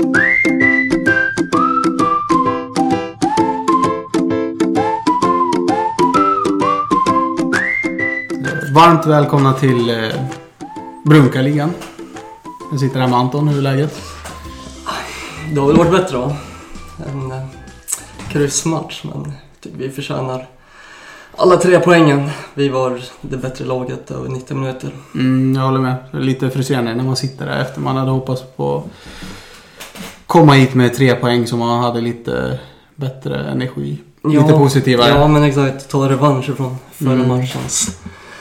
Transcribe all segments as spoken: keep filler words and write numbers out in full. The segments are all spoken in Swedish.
Varmt välkomna till eh, Brunkarligan. Jag sitter här med Anton. Hur är läget? Det har väl varit bättre då. En eh, kryssmatch, men tycker vi förtjänar alla tre poängen. Vi var det bättre laget över nittio minuter. Mm, jag håller med. Det är lite frustrerande när man sitter där efter. Man hade hoppats på komma hit med tre poäng som man hade lite bättre energi. Ja, lite positivare. Ja, men exakt. Ta revansch från förra mm. matchens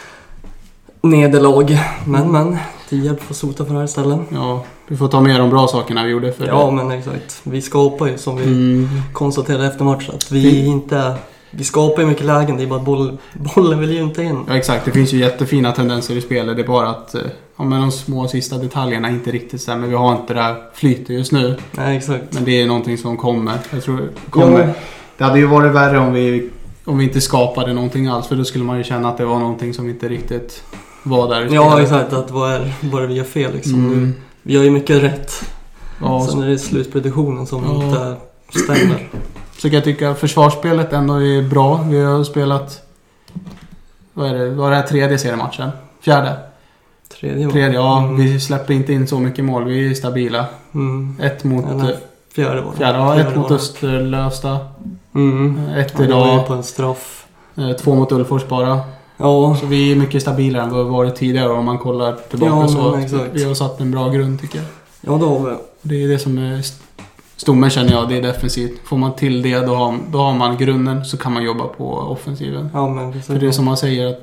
nederlag. Men, men. Tierp får sota för det här stället. Ja, vi får ta med de bra sakerna vi gjorde för Ja, det. men exakt. Vi skapar ju, som vi mm. konstaterade efter matchen, att vi inte... Vi skapar ju mycket lägen, det är bara att boll, bollen vill ju inte in. Ja, exakt. Det finns ju jättefina tendenser i spelet. Det är bara att ja, men de små sista detaljerna inte riktigt stämmer. Vi har inte det här flytet just nu. Nej, exakt. Men det är någonting som kommer. Jag tror kommer. Ja. Det hade ju varit värre om vi, om vi inte skapade någonting alls. För då skulle man ju känna att det var någonting som inte riktigt var där. Ja, exakt. Att vad är, vad är vi gör fel liksom. Mm. Nu, vi har ju mycket rätt. Ja, Sen är det slutproduktionen som ja. inte stämmer. Så kan jag tycka att försvarsspelet ändå är bra. Vi har spelat... Vad är det? Vad är det här tredje seriematchen? Fjärde? Tredje, tredje ja. Mm. Vi släpper inte in så mycket mål. Vi är stabila. Mm. Ett mot... Eller fjärde var det. Fjärde, ja. Fjärde ett mot Österlösta. Mm. Ett ja, idag. På en straff. Två mot Ullfors bara. Ja. Så vi är mycket stabilare än vad vi varit tidigare. Om man kollar tillbaka ja, så. Exakt. Vi har satt en bra grund tycker jag. Ja, då har vi. Det är det som är... Stommen känner jag, det är defensivt. Får man till det, då har, då har man grunden. Så kan man jobba på offensiven. Ja, men precis. För det är som man säger att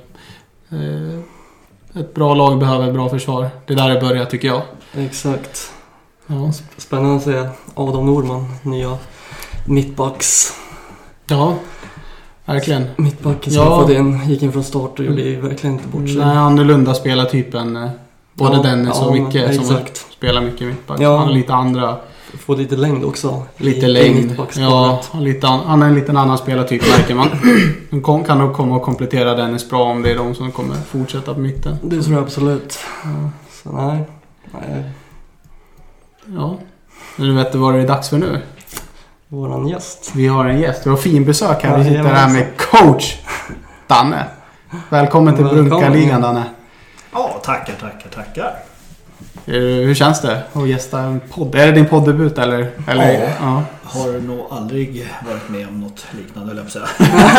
eh, ett bra lag behöver ett bra försvar. Det där är början tycker jag. Exakt. Ja. Spännande att se Adam Nordman, nya mittbacks. Ja, verkligen. Mittbacken som ja. fått in, gick in från start och gjorde ju verkligen inte bort sig. Nej, annorlunda spelar typen. Både ja, Dennis och Micke ja, som spelar mycket mittback. Ja. Han har lite andra... Får lite längd också. Lite i, längd. I ja, lite an, han är en liten annan spelartyp märker man. De kan nog komma och komplettera Dennis bra om det är de som kommer fortsätta på mitten. Det tror jag absolut. Ja. Så nej. nej. Ja. Nu vet du vad det är dags för nu. Våran gäst. Vi har en gäst. Vi har fin besök här. Ja, vi sitter här med coach Danne. Välkommen till Brunkarligan, Danne. Ja, tackar, tackar, tackar. Hur känns det att gästa en podd? Är det din poddebut eller? eller? Ja, ja, har nog aldrig varit med om något liknande, eller så.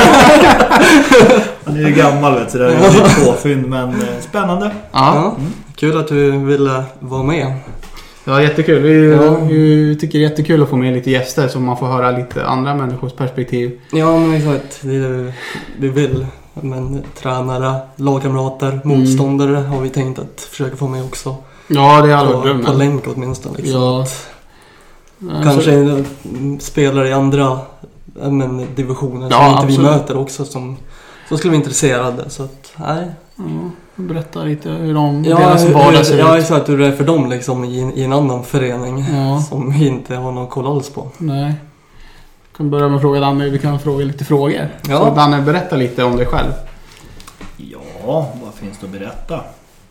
Han är ju gammal vet så det är lite påfynd, men spännande. Ja. Mm. Kul att du ville vara med. Ja, jättekul. Vi, ja. vi tycker det är jättekul att få med lite gäster så man får höra lite andra människors perspektiv. Ja, men exakt. Det är det vi vill. Men tränare, lagkamrater, motståndare mm. har vi tänkt att försöka få med också. Ja, det är alldeles drömmen. På länk åtminstone. Liksom. Ja. Kanske så... spelare i andra men, divisioner ja, som inte absolut. vi möter också som, som skulle vara intresserade. Så att, nej. Ja, berätta lite hur de ja, deras vardag ser ja, ut. exakt. Hur det är för dem liksom, i, i en annan förening ja. som vi inte har någon koll alls på. Nej. Vi kan börja med att fråga Danne. Vi kan fråga lite frågor. Ja. Så Danne, berätta lite om dig själv. Ja, vad finns det att berätta?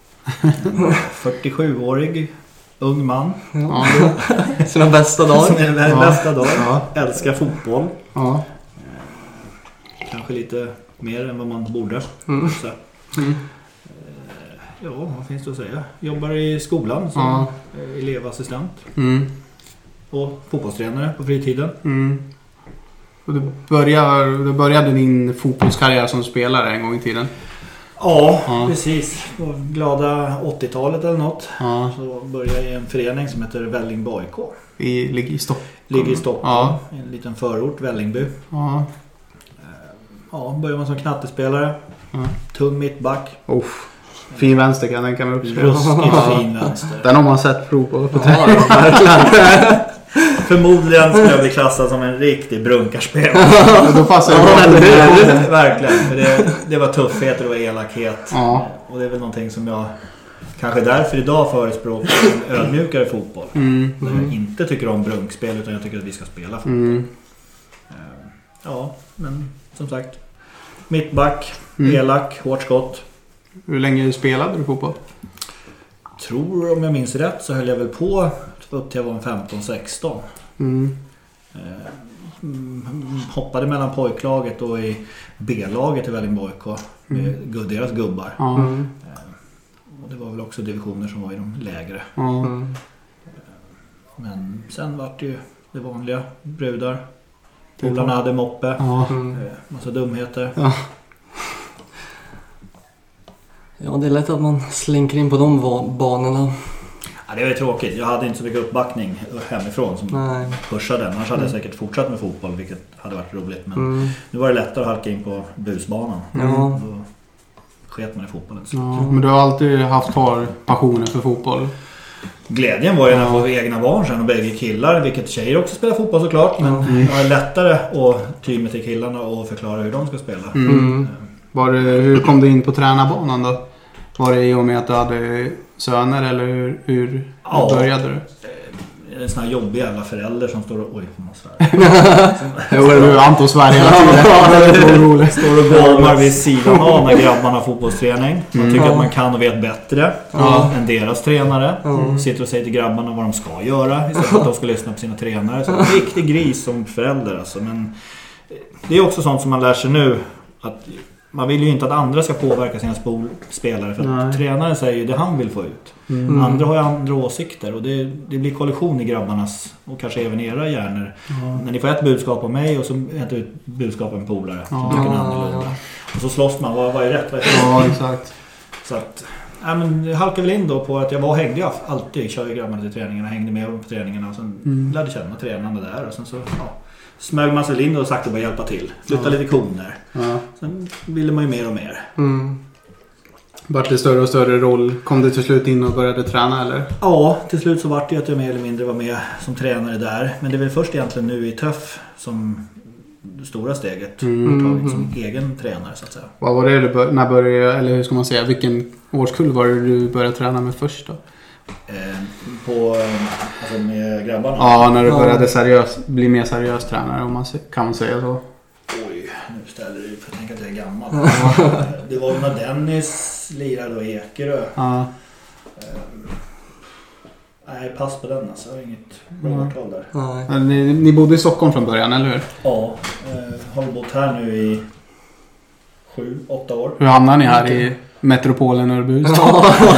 fyrtiosjuårig ung man. Ja. Sina bästa dagar. Sina ja. bästa dagar. Ja. Älskar fotboll. Ja. Kanske lite mer än vad man borde. Mm. Så. Mm. Ja, vad finns det att säga? Jobbar i skolan som ja. elevassistent. Mm. Och fotbollstränare på fritiden. Mm. Och du, började, du började din fotbollskarriär som spelare en gång i tiden. Ja, ja. precis. På glada åttiotalet eller något. Ja. Så började jag i en förening som heter Vällingby A I K. Vi ligger i Stockholm. Ligger i Stockholm. Ja. En liten förort, Vällingby. Ja. Ja, började man som knattespelare. Ja. Tung mittback. Oh. Fin vänster kan den kan man uppskatta. Ruskigt fin vänster. Den har man sett prov på. på ja, förmodligen skulle jag bli klassad som en riktig brunkarspelare. Då passar det ja, bra. Det, verkligen. För det, det var tuffhet och det var elakhet. Ja. Och det är väl någonting som jag kanske därför idag förespråkar en ödmjukare fotboll. Mm. Där jag inte tycker om brunkspel utan jag tycker att vi ska spela fotboll. Mm. Ja, men som sagt. Mittback, mm. elak, hårt skott. Hur länge spelade du fotboll? Tror, om jag minns rätt, så höll jag väl på upp till jag var femton sexton. Mm. Eh, mm, hoppade mellan pojklaget och i B-laget i Vällingby A I K med mm. deras gubbar. Ja. Mm. Eh, och det var väl också divisioner som var i de lägre. Ja. Mm. Men sen var det ju det vanliga, brudar. Polarna hade moppe. Ja. Mm. Eh, massa dumheter. Ja. Ja, det är lätt att man slinker in på de va- banorna. Ja, det var ju tråkigt. Jag hade inte så mycket uppbackning hemifrån som Nej. pushade. Annars hade jag Mm. säkert fortsatt med fotboll, vilket hade varit roligt. Men Mm. nu var det lättare att halka in på busbanan. Ja. Då sket man i fotbollen. Så. Ja, men du har alltid haft kvar passionen för fotboll. Glädjen var ju när jag Ja. får egna barn sen och bägge killar, vilket tjejer också spelar fotboll såklart. Men Mm. det var lättare att ty mig till killarna och förklara hur de ska spela. Mm. Mm. Var det, hur kom du in på tränarbanan då? Var det i och med att du hade söner eller hur, hur Ja. började du? En sån här jobbig jävla förälder som står och... Oj, får man svära. Jo, det var Anton Sverige hela tiden. Står och gormar vid sidan av när grabbarna har fotbollsträning. Man Mm. tycker Ja. att man kan och vet bättre Ja. än deras tränare. Mm. Sitter och säger till grabbarna vad de ska göra istället för att de ska lyssna på sina tränare. Så en riktig gris som förälder alltså. Men det är också sånt som man lär sig nu. Att man vill ju inte att andra ska påverka sina spol- spelare. För att Nej. tränaren säger det han vill få ut. Mm. Andra har ju andra åsikter. Och det, det blir kollision i grabbarnas och kanske även era hjärnor. Ja. När ni får ett budskap av mig och så ett ut budskap av en polare som Ja. tycker Ja, annorlunda. ja. Och så slåss man, vad, vad är rätt? Vad är fel? Ja, exakt. Så att, ja, men jag halkade väl in då på att jag var och hängde alltid, körde grabbarna till träningarna, hängde med på träningarna och sen Mm. lärde känna tränarna där och sen så ja, smög man sig in och sakta bara hjälpa till. Flytta Ja. lite koner. Ja. Sen ville man ju mer och mer. Mm. Vart det större och större roll? Kom du till slut in och började träna eller? Ja, till slut så var det ju att jag mer eller mindre var med som tränare där. Men det är väl först egentligen nu i Töff som det stora steget Mm. har tagit som egen tränare så att säga. Vad var det du bör- när började, eller hur ska man säga, vilken årskull var det du började träna med först då? Eh, på, eh, alltså med grabbarna. Ja, när du Ja. började seriös, bli mer seriös tränare om man se- kan man säga så. Oj, nu ställer du för jag tänker att jag är gammal. Eh, det var när Dennis lirade och Ekerö. Ja. Eh, nej, pass på den alltså. Jag har inget bra Mm. årtal där. Nej. Men Ni, ni bodde i Stockholm från början, eller hur? Ja, eh, har bott här nu i sju, åtta år. Hur hamnade ni här i metropolen Örby? Ja.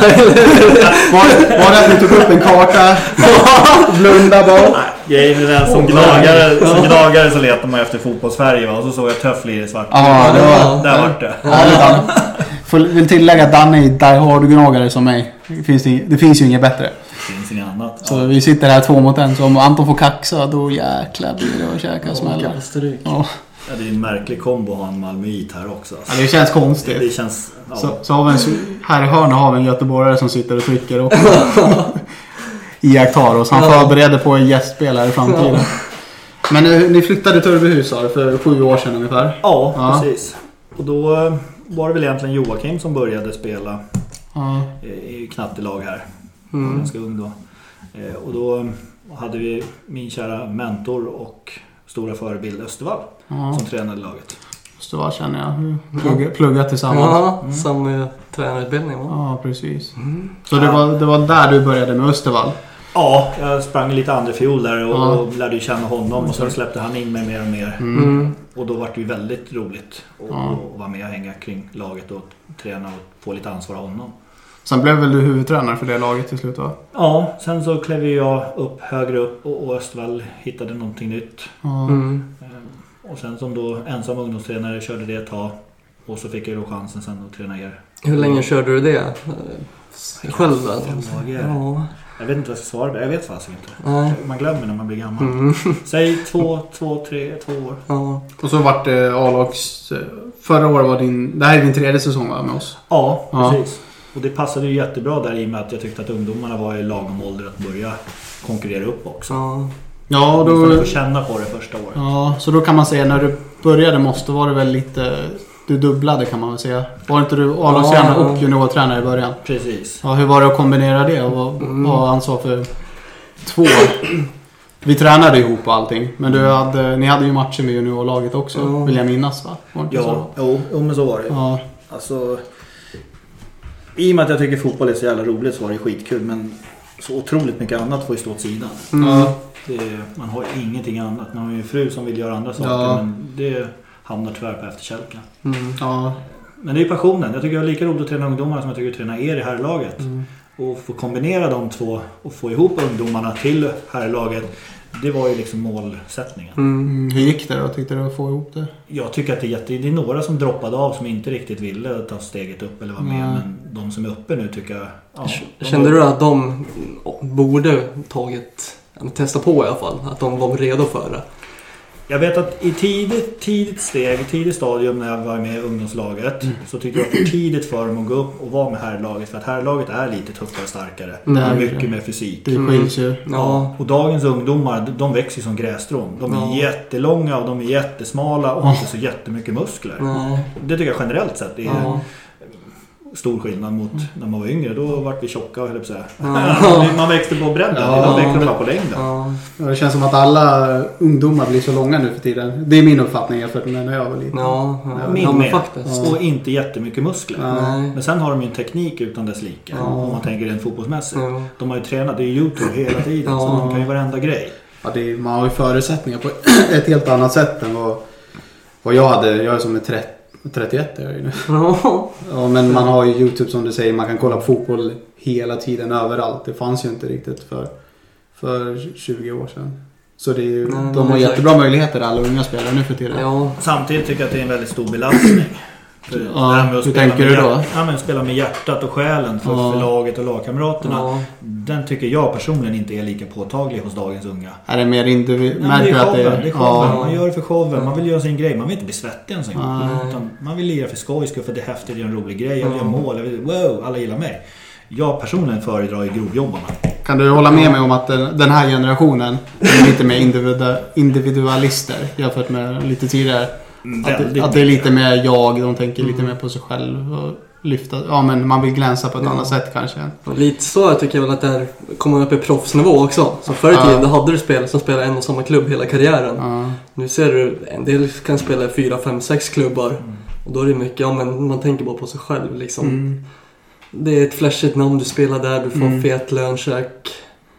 Var, var det att ni tog upp en karta, blunda bort? Grejen är den som gnagare, som gnagare så letar man efter fotbollsfärg va? Och så såg jag Töffli i svart. Ja, det var... Där vart det. Ja, får vill tillägga att Danne är die hard-gnagare som mig. Det finns, det, det finns ju inget bättre. Det finns inget annat. Så vi sitter här två mot en. Så om Anton får kaxa, då jäklar blir det att käka smällar. Stryk. Ja. Ja, det är en märklig kombo att ha en malmöit här också. Alltså. Ja, det känns Det, konstigt. det känns... Ja. Så, så har vi en, här i hörnet har vi en göteborgare som sitter och trycker och iakttar oss. Han förbereder på en gästspelare i framtiden. Men nu, ni flyttade till Örbyhus för sju år sedan ungefär. Ja, Ja. precis. Och då eh, var det väl egentligen Joakim som började spela Ja. i, i knattelag här. Han var Mm. ganska ung då. Eh, och då hade vi min kära mentor och stora förebild Östervall Ja. som tränade laget. Så vad känner jag? Plugga, plugga tillsammans. Ja, Mm. samma tränarutbildning va? Ja, precis. Mm. Så det var, det var där du började med Östervall? Ja, jag sprang lite andra fjol där och, Ja. och lärde ju känna honom och så släppte han in mig mer och mer. Mm. Och då var det ju väldigt roligt att Ja. att vara med och hänga kring laget och träna och få lite ansvar av honom. Sen blev väl du huvudtränare för det laget till slut va? Ja, sen så klev jag upp högre upp och, och Östervall hittade någonting nytt. Ja. Mm. Ehm, Och sen som då ensam ungdomstränare körde det ett tag. Och så fick jag då chansen sen att träna er. Hur länge körde du det? Eh, Själv då? Dagar. Ja. Jag vet inte vad jag ska svara på. Jag vet faktiskt inte. Nej. Man glömmer när man blir gammal. Mm. Säg två, två, tre, två år. Ja. Och så vart det A-lags... Förra året var din... Det här är din tredje säsong va, med oss? Ja, Ja. precis. Och det passade ju jättebra där i och med att jag tyckte att ungdomarna var i lagom ålder att börja konkurrera upp också. Ja. Ja, och Då... då... får känna på det första året. Ja, så då kan man säga när du började måste var det väl lite... Du dubblade kan man väl säga. Var inte du A-lagstränare Ja. och juniortränare i början? Precis. Ja, hur var det att kombinera det och vad Mm. vad ansvar för två? Vi tränade ihop och allting. Men du hade, ni hade ju matcher med juniorlaget också, Ja. vill jag minnas va? Var det inte Ja, så? jo, jo, men så var det. Ja. Alltså, i och med att jag tycker fotboll är så jävla roligt så var det skitkul. Men så otroligt mycket annat får ju stå åt sidan. Mm. Det, man har ingenting annat. Man har ju en fru som vill göra andra saker, Ja. men det hamnar tyvärr på efterkälken. Mm. Ja. Men det är ju passionen. Jag tycker det är lika roligt att träna ungdomar som jag tycker att träna er i herrlaget. Mm. Och få kombinera de två och få ihop ungdomarna till herrlaget, det var ju liksom målsättningen. Mm. Mm, hur gick det då? Tyckte du att få ihop det? Jag tycker att det är, jätte, det är några som droppade av som inte riktigt ville ta steget upp eller vara med. Mm. Men de som är uppe nu tycker jag... Ja, de Kände var- du att de borde tagit, eller testa på i alla fall, att de var redo för det? Jag vet att i tidigt, tidigt steg, tidigt stadium när jag var med i ungdomslaget Mm. så tyckte jag att det var för tidigt för dem att gå upp och vara med herrlaget. För att herrlaget är lite tuffare och starkare. Mm. Det är mycket mer fysik. Det skiljs ju. Ja. Och dagens ungdomar, de växer ju som grässtrån. De är Ja. jättelånga och de är jättesmala och Ja. inte så jättemycket muskler. Nej. Det tycker jag generellt sett är Ja. stor skillnad mot när man var yngre. Då var vi tjocka, höll jag på att säga. Ja. Man växte på bredden, Ja. idag växte bara på längden. Ja. Ja, det känns som att alla ungdomar blir så långa nu för tiden. Det är min uppfattning jämfört med när jag var liten. Ja, ja. Min ja men med. faktiskt. Och inte jättemycket muskler. Ja. Nej. Men sen har de ju en teknik utan dess like. Ja. Om man tänker rent fotbollsmässigt. Ja. De har ju tränat, det är YouTube hela tiden. Ja. Så de kan ju varenda grej. Ja, det är, man har ju förutsättningar på ett helt annat sätt än vad, vad jag hade. Jag är som är trettio, trettioett är jag ju nu. Ja. Ja, men man har ju YouTube som du säger. Man kan kolla på fotboll hela tiden överallt. Det fanns ju inte riktigt för, för tjugo år sedan. Så det är ju, Nej, de har exakt. jättebra möjligheter alla unga spelare nu för tiden. Ja. Samtidigt tycker jag att det är en väldigt stor belastning. För Ja, det här med att hur spela tänker med du då? hjärt- Ja, men spela med hjärtat och själen för, Ja. för laget och lagkamraterna. Ja. Den tycker jag personligen inte är lika påtaglig hos dagens unga. Är det mer individ... Nej, men det är märker att showen, det är showen. ja, Man gör det för showen, man vill göra sin grej. Man vill inte bli svettig ens en gång. Ja. Utan man vill lira för skoj, skull, för det är häftigt, det är en rolig grej. Jag vill Ja. göra mål, jag vill, wow, alla gillar mig. Jag personligen föredrar ju grovjobbarna. Kan du hålla med mig om att den, den här generationen är lite mer individu- individualister jämfört med lite tidigare? Att det, Väldigt att det är mycket. lite mer jag, de tänker lite Mm. mer på sig själv och lyfta. Ja, men man vill glänsa på ett Ja. annat sätt kanske. Och lite så tycker jag väl att det här kommer upp i proffsnivå också. Så förr i Ja. tiden då hade du spelare som spelade en och samma klubb hela karriären. Ja. Nu ser du, en del kan spela i fyra, fem, sex klubbar. Mm. Och då är det mycket, ja men man tänker bara på sig själv liksom. Mm. Det är ett flashigt namn, du spelar där, du får Mm. fet löncheck.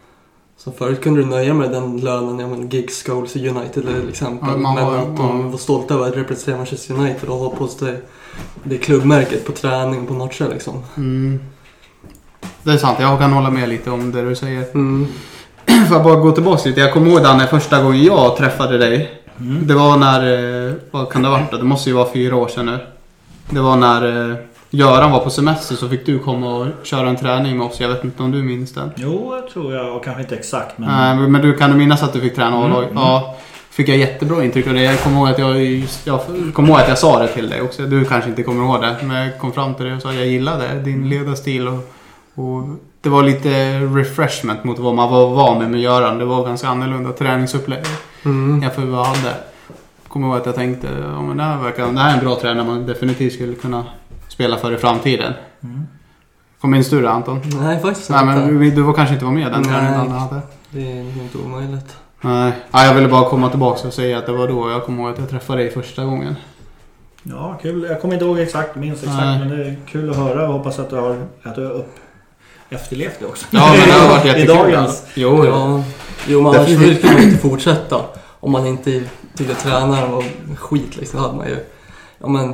Så förut kunde du nöja med den lönen, ja men gigs, goals i United till exempel. Ja, man men var- att de ja. var stolta över att representera Manchester United och ha på sig det klubbmärket på träning, på matcher liksom. Mm. Det är sant, jag kan hålla med lite om det du säger. Mm. Får jag bara gå tillbaka lite. Jag kommer ihåg när första gången jag träffade dig. Mm. Det var när, eh, vad kan det ha varit då? Det måste ju vara fyra år sedan nu. Det var när eh, Göran var på semester, så fick du komma och köra en träning med oss. Jag vet inte om du minns den. Jo, jag tror jag, och kanske inte exakt, men... Nej, men men du kan du minnas att du fick träna A-lag? Mm, mm. Ja. Fick jag jättebra intryck av det. Jag kommer ihåg att jag, jag, kommer ihåg att jag sa det till dig också. Du kanske inte kommer ihåg det. Men jag kom fram till det och sa att jag gillade din ledarstil. Och, och det var lite refreshment mot vad man var van med med Göran. Det var ganska annorlunda träningsupplägg Mm. jämfört med vad jag hade. Kommer ihåg att jag tänkte ja, men det, här verkar, det här är en bra tränare man definitivt skulle kunna spela för i framtiden. Mm. Kom minns du det, Anton? Nej, faktiskt Nej, inte. men du, du var kanske inte var med den Nej. träningen han hade. Det är nog inte omöjligt. Nej, ja, jag ville bara komma tillbaka och säga att det var då jag kommer ihåg att jag träffade dig första gången. Ja, kul. Jag kommer inte ihåg exakt, minst exakt, Nej. men det är kul att höra och hoppas att du har, att du har upp, efterlevt det också. Ja, men det har varit I jättekul. dagens. Jo, ja. Ja, jo, men annars Definitivt. vill man inte fortsätta. Om man inte tyckte tränaren var skit liksom, då hade man ju, ja men,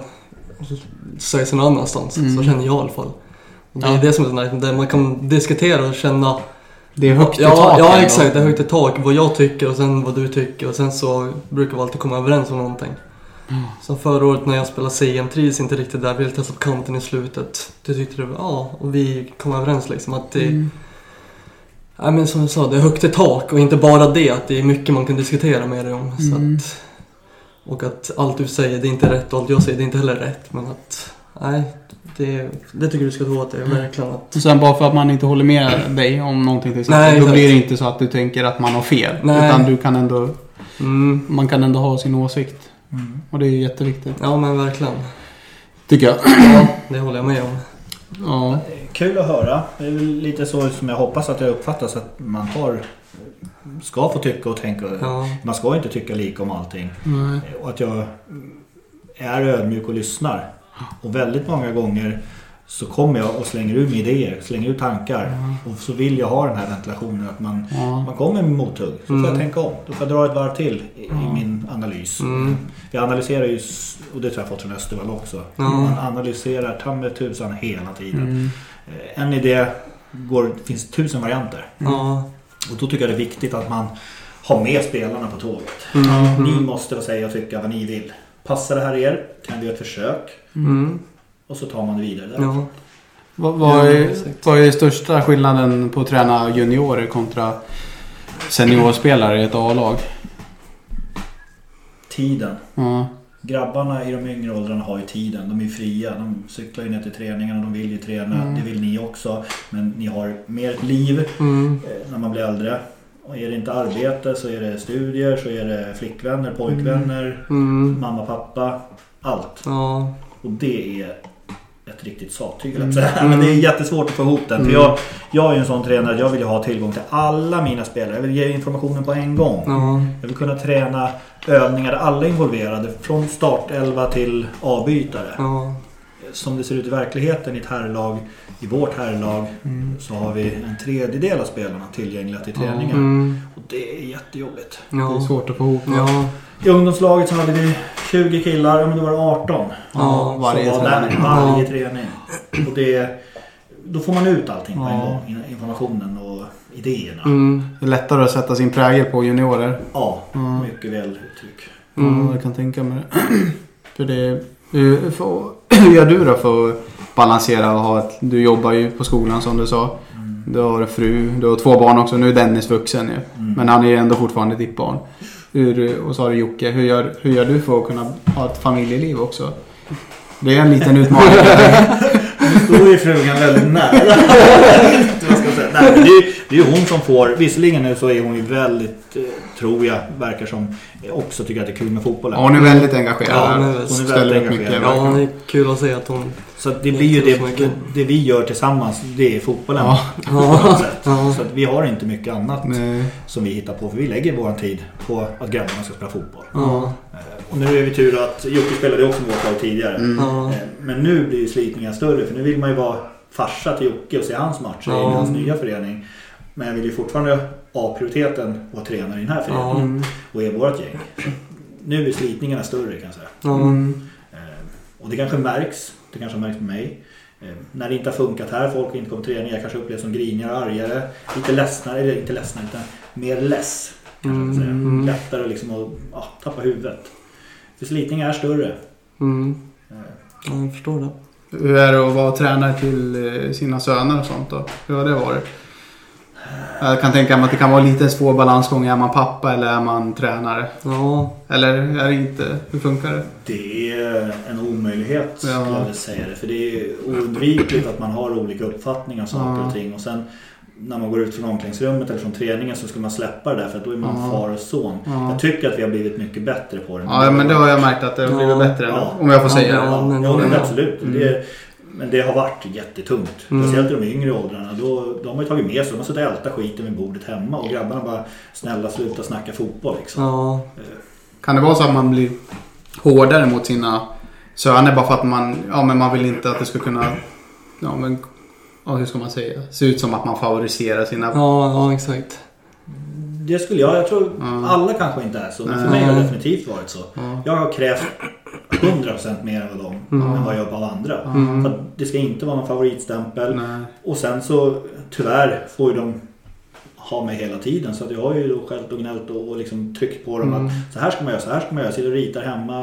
söka sig någon annanstans. Mm. Så känner jag i alla fall. Och det är Ja. det som är så nice, där man kan diskutera och känna. Det är högt i Ja, tak. ja ändå. exakt, det är högt i tak. Vad jag tycker och sen vad du tycker. Och sen så brukar vi alltid komma överens om någonting. Mm. Så förra året när jag spelade C M trivs inte riktigt där. Vi ville testa på kanten i slutet. Det tyckte du, ja, och vi kom överens liksom att det, Mm. ja, men som jag sa, det är högt i tak. Och inte bara det, att det är mycket man kan diskutera med dig om. Så Mm. att, och att allt du säger, det är inte rätt. Och allt jag säger, det är inte heller rätt. Men att, nej, det, det tycker du ska ta åt dig. Verkligen att, Och sen bara för att man inte håller med dig om någonting till exempel, Nej, då exakt. blir det inte så att du tänker att man har fel. Nej. Utan du kan ändå, mm, man kan ändå ha sin åsikt. Mm. Och det är jätteviktigt. ja men verkligen. Tycker jag. Ja, det håller jag med om. Ja. Kul att höra. Det är väl lite så som jag hoppas att jag uppfattas att man har, ska få tycka och tänka. Ja. Man ska inte tycka lika om allting. Nej. Och att jag är ödmjuk och lyssnar. Och väldigt många gånger så kommer jag och slänger ut med idéer, slänger ut tankar. Mm. Och så vill jag ha den här ventilationen att man, mm. man kommer med mothugg. Så mm. får jag tänka om. Då får jag dra ett varv till i, mm. i min analys. Mm. Jag analyserar ju, och det tror jag fått från Östervall också. Mm. Man analyserar ta med tusan hela tiden. Mm. En idé går, det finns tusen varianter. Mm. Och då tycker jag det är viktigt att man har med spelarna på tåget. Mm. Ni måste vad säga och tycka vad ni vill. Passar det här er? Kan vi göra ett försök? Mm. Och så tar man det vidare där. Ja. Vad, vad, är, vad är största skillnaden på att träna juniorer kontra seniorspelare i ett A-lag? Tiden. Ja. Grabbarna i de yngre åldrarna har ju tiden. De är fria. De cyklar ju ner till träningen och de vill ju träna. Mm. Det vill ni också. Men ni har mer ett liv mm. när man blir äldre. Och är det inte arbete så är det studier, så är det flickvänner, pojkvänner, mm. mamma, pappa, allt. Ja. Och det är ett riktigt sattyg. Mm. Men det är jättesvårt att få ihop den. Mm. För jag, jag är ju en sån tränare att jag vill ha tillgång till alla mina spelare. Jag vill ge informationen på en gång. Mm. Jag vill kunna träna övningar där alla är involverade. Från startelva till avbytare. Mm. Som det ser ut i verkligheten i ett herrlag, i vårt herrlag mm. så har vi en tredjedel av spelarna tillgängliga till träningar. Mm. Och det är jättejobbigt. Ja. Det är svårt att få ihop. Ja. I ungdomslaget så hade vi tjugo killar, ja men då var det arton. Ja, varje så var träning. Där, varje träning. Och det, då får man ut allting på en gång. Informationen och idéerna. Mm. Det är lättare att sätta sin prägel på juniorer. Ja, mm. mycket väl uttryck. Mm. Ja, jag kan tänka mig det. För det hur, för, hur gör du då för att balansera och ha ett, du jobbar ju på skolan som du sa. Mm. Du har en fru, du har två barn också. Nu är Dennis vuxen ju. Mm. Men han är ju ändå fortfarande ditt barn. Hur, och så har du Jocke. Hur gör, hur gör du för att kunna ha ett familjeliv också? Det är en liten utmaning. Då är frugan väldigt nära. Vad ska jag säga? Nej, det, är, det är hon som får, visserligen nu så är hon ju väldigt, tror jag, verkar som också tycker att det är kul med fotboll. Ja, hon är väldigt engagerad. Ja, hon är, hon är väldigt engagerad. Ja, det är kul att se att hon... Så att det blir ju det, det, det vi gör tillsammans, det är fotbollen. Ja. Ja. Ja. Så att vi har inte mycket annat Nej. Som vi hittar på, för vi lägger vår tid på att grabbarna ska spela fotboll. Ja. Och nu är vi tur att Jocke spelade också med vårt lag tidigare. Mm. Ja. Men nu blir ju slitningen större, för nu vill man ju vara farsa till Jocke och se hans matcher ja. I hans nya förening. Men jag vill ju fortfarande ha prioriteten och tränare i den här föreningen ja. Och är vårt gäng. Nu är slitningarna större kan jag säga. Mm. Och det kanske märks, det kanske märks med mig. När det inte har funkat här, folk inte kommer träning, jag kanske upplevs som grinigare, argare, lite ledsnare, eller inte ledsnare utan mer less. Kanske mm. Lättare liksom att ja, tappa huvudet. För slitning är större. Mm. Ja, jag förstår det. Hur är det att vara tränare till sina söner och sånt då? Hur har det varit? Jag kan tänka mig att det kan vara lite svår balansgång. Är man pappa eller är man tränare? Ja. Eller är det inte? Hur funkar det? Det är en omöjlighet skulle ja. Jag vilja säga det. För det är oundvikligt att man har olika uppfattningar om saker ja. Och ting. Och sen när man går ut från omklädningsrummet eller från träningen så ska man släppa det där, för att då är man ja. Far och son. Ja. Jag tycker att vi har blivit mycket bättre på det. Ja, det men det har jag märkt att det har blivit ja. Bättre ändå, ja. Om jag får säga ja, det. Ja, ja, ja, absolut. Mm. Det är, men det har varit jättetungt. Mm. Speciellt i de yngre åldrarna. Då, de har ju tagit med sig. De har suttit och ältat skiten vid bordet hemma. Och grabbarna bara snälla sluta snacka fotboll. Liksom. Ja. Kan det vara så att man blir hårdare mot sina söner bara för att man, ja, men man vill inte att det ska kunna... Ja, men, ja, hur ska man säga? Se ut som att man favoriserar sina... Ja, ja exakt. Det skulle jag. Jag tror ja. Alla kanske inte är så. Men för mig har det definitivt varit så. Ja. Jag har krävt hundra procent mer än vad de mm. än vad jag av andra. Mm. För det ska inte vara någon favoritstämpel. Nej. Och sen så tyvärr får ju de ha mig hela tiden. Så att jag har ju då skällt och gnällt och, och liksom tryckt på dem mm. att så här ska man göra, så här ska man göra. Sitter och ritar hemma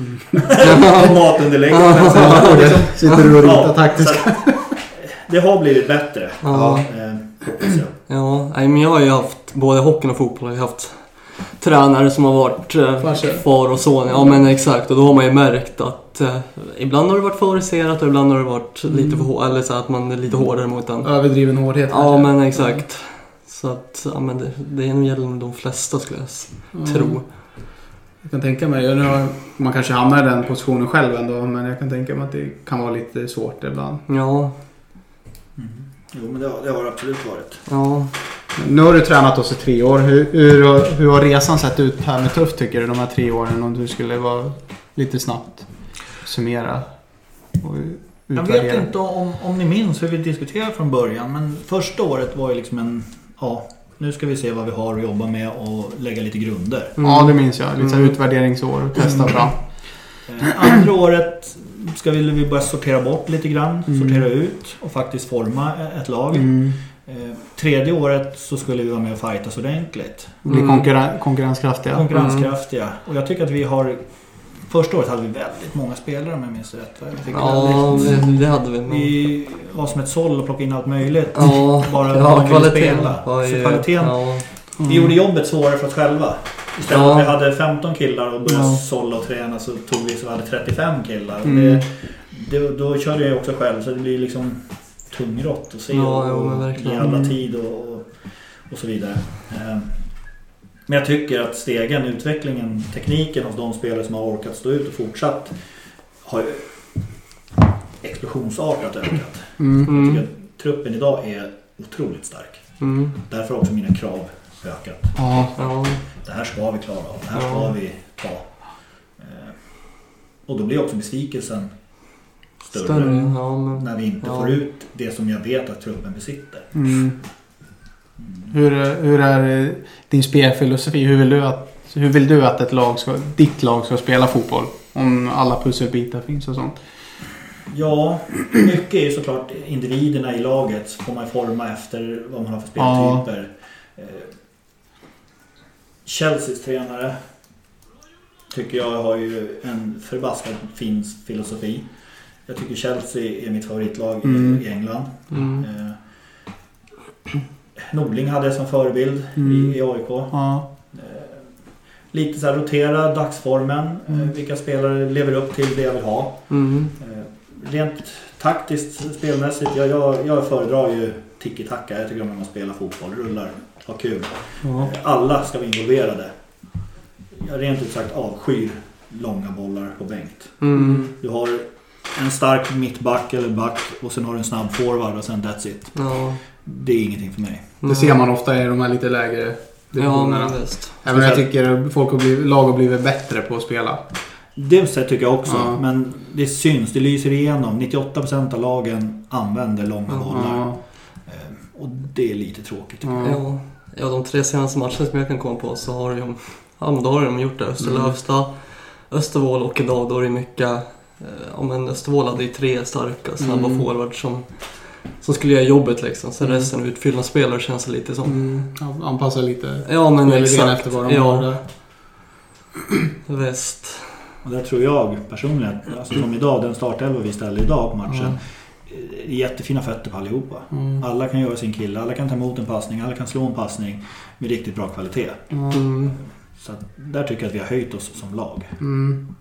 mm. matunderlägg. Ja, liksom, sitter du och ritar ja, taktiskt. Det har blivit bättre. Ja. Eh, ja, men jag har ju haft både hockeyn och fotboll. Jag har haft tränare som har varit eh, far och son. Ja, men exakt. Och då har man ju märkt att eh, ibland har det varit favoriserat och ibland har det varit mm. lite för eller så att man är lite hårdare mot den. Överdriven hårdhet. Ja, kanske. Men exakt. Mm. Så att ja, men det, det är nog gällande de flesta skulle jag mm. tro. Jag kan tänka mig, jag har, man kanske hamnar i den positionen själv ändå, men jag kan tänka mig att det kan vara lite svårt ibland. Ja. Mm. Jo, men det har, det har absolut varit. Ja. Nu har du tränat oss i tre år. Hur, hur, hur har resan sett ut här med Tuff tycker du, de här tre åren, om du skulle vara lite snabbt summera? Och Jag vet inte om, om ni minns hur vi diskuterade från början, men första året var ju liksom en, ja, nu ska vi se vad vi har att jobba med och lägga lite grunder. Mm. Ja, det minns jag. Lite mm. utvärderingsår och testa bra. Andra året ska vi, vi börja sortera bort lite grann, mm. sortera ut och faktiskt forma ett lag. Mm. Eh, tredje året så skulle vi vara med och fightas ordentligt. Bli mm. konkurren- konkurrenskraftiga. Konkurrenskraftiga. Mm. Och jag tycker att vi har... Första året hade vi väldigt många spelare, om jag minns rätt. Ja, väldigt, det hade vi. Vi var som ett såll och plockade in allt möjligt. Ja, bara ja, kvaliteten. Ja, så kvaliteten. Ja. Mm. Vi gjorde jobbet svårare för oss själva. Istället för ja. att vi hade femton killar och började ja. sålla och träna, så tog vi så vi hade trettiofem killar. Mm. Det, det, då körde jag också själv, så det blir liksom tungrott att se ja, och, och ge alla tid och, och, och så vidare. Men jag tycker att stegen, utvecklingen, tekniken hos de spelare som har orkat stå ut och fortsatt har ju explosionsartat ökat. Mm. Jag tycker att truppen idag är otroligt stark. Mm. Därför har också mina krav ökat. Ja. Det här ska vi klara av, det här ska ja. vi ta. Och då blir också besvikelsen större, större ja, men, när vi inte ja. får ut det som jag vet att truppen besitter. Mm. Hur, hur är din spelfilosofi? Hur vill du att, hur vill du att ett lag ska, ditt lag ska spela fotboll? Om alla pusselbitar finns och sånt. Ja, mycket är ju såklart individerna i laget. Så får man forma efter vad man har för speltyper. Ja. Chelseas tränare tycker jag har ju en förbaskat fin filosofi. Jag tycker Chelsea är mitt favoritlag mm. i England. Mm. Norling hade jag som förebild mm. i, i A I K. Ja. Lite så här rotera dagsformen. Mm. Vilka spelare lever upp till det jag vill ha. Mm. Rent taktiskt spelmässigt. Jag, jag, jag föredrar ju tiki-taka. Jag tycker om när man spelar fotboll. Rullar. Ha kul. Ja. Alla ska vara involverade. Jag rent ut sagt avskyr långa bollar på bänkt. Mm. Du har en stark mittback eller back och sen har du en snabb forward och sen that's it. Ja. Det är ingenting för mig. Det ser man ofta i de här lite lägre divisionerna. Ja, även jag tycker folk har blivit, lag har blivit bättre på att spela. Det så tycker jag också. Ja. Men det syns, det lyser igenom. nittioåtta procent av lagen använder långa ja. bollar. Och det är lite tråkigt tycker ja. jag. Ja, de tre senaste matcherna som jag kan komma på så har de, ja, men då har de gjort det. Österlövsta, mm. Östervål och idag då är det mycket... Ja, men Östervål hade ju tre starka snabba mm. forwards som, som skulle göra jobbet liksom. Så mm. resten utfyllda spelare känns det lite som. Mm. Ja, anpassa lite. Ja, men exakt. Efter vad de ja. har där. Väst. Och det tror jag personligen, alltså som idag, den startelva vi ställer idag på matchen. Mm. är jättefina fötter på allihopa. Mm. Alla kan göra sin kille, alla kan ta emot en passning, alla kan slå en passning med riktigt bra kvalitet. Mm. Så att där tycker jag att vi har höjt oss som lag. Mm.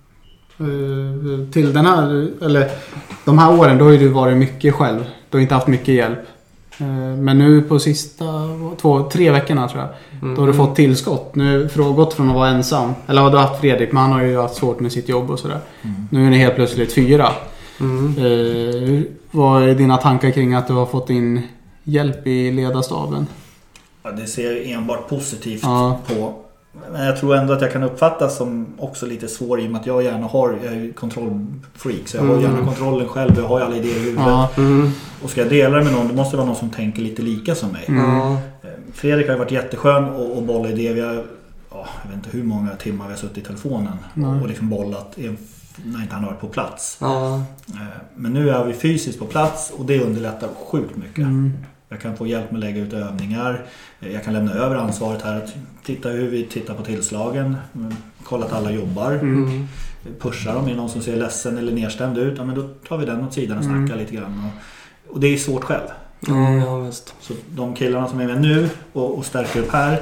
Uh, till den här, eller de här åren, då har ju du varit mycket själv. Du har inte haft mycket hjälp. Uh, men nu på sista två, tre veckorna tror jag, mm. då har du fått tillskott. Nu har du gått från att vara ensam. Eller har du haft Fredrik, men han har ju haft svårt med sitt jobb och sådär. Mm. Nu är ni helt plötsligt fyra. Mm. Uh, vad är dina tankar kring att du har fått in hjälp i ledarstaben? Ja, det ser enbart positivt ja. på. Men jag tror ändå att jag kan uppfattas som också lite svår i och med att jag gärna har, jag är kontrollfreak, så jag har mm. gärna kontrollen själv, jag har alla idéer i huvudet. Ja. Mm. Och ska jag dela det med någon, det måste vara någon som tänker lite lika som mig. Mm. Fredrik har ju varit jätteskön och, och bolla idéer. Vi har, oh, jag vet inte hur många timmar vi har suttit i telefonen mm. och liksom bollat när inte han har varit på plats. Ja. Men nu är vi fysiskt på plats och det underlättar sjukt mycket. Mm. Jag kan få hjälp med att lägga ut övningar. Jag kan lämna över ansvaret här att titta hur vi tittar på tillslagen. Kolla att alla jobbar. Mm. Pusha dem. Är någon som ser ledsen eller nedstämd ut, ja, men då tar vi den åt sidan och snackar mm. lite grann. Och, och det är svårt själv. Mm, ja, visst. Så de killarna som är med nu och, och stärker upp här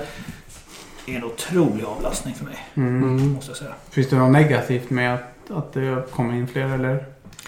är en otrolig avlastning för mig. Mm. Måste jag säga. Finns det något negativt med att, att det kommer in fler eller?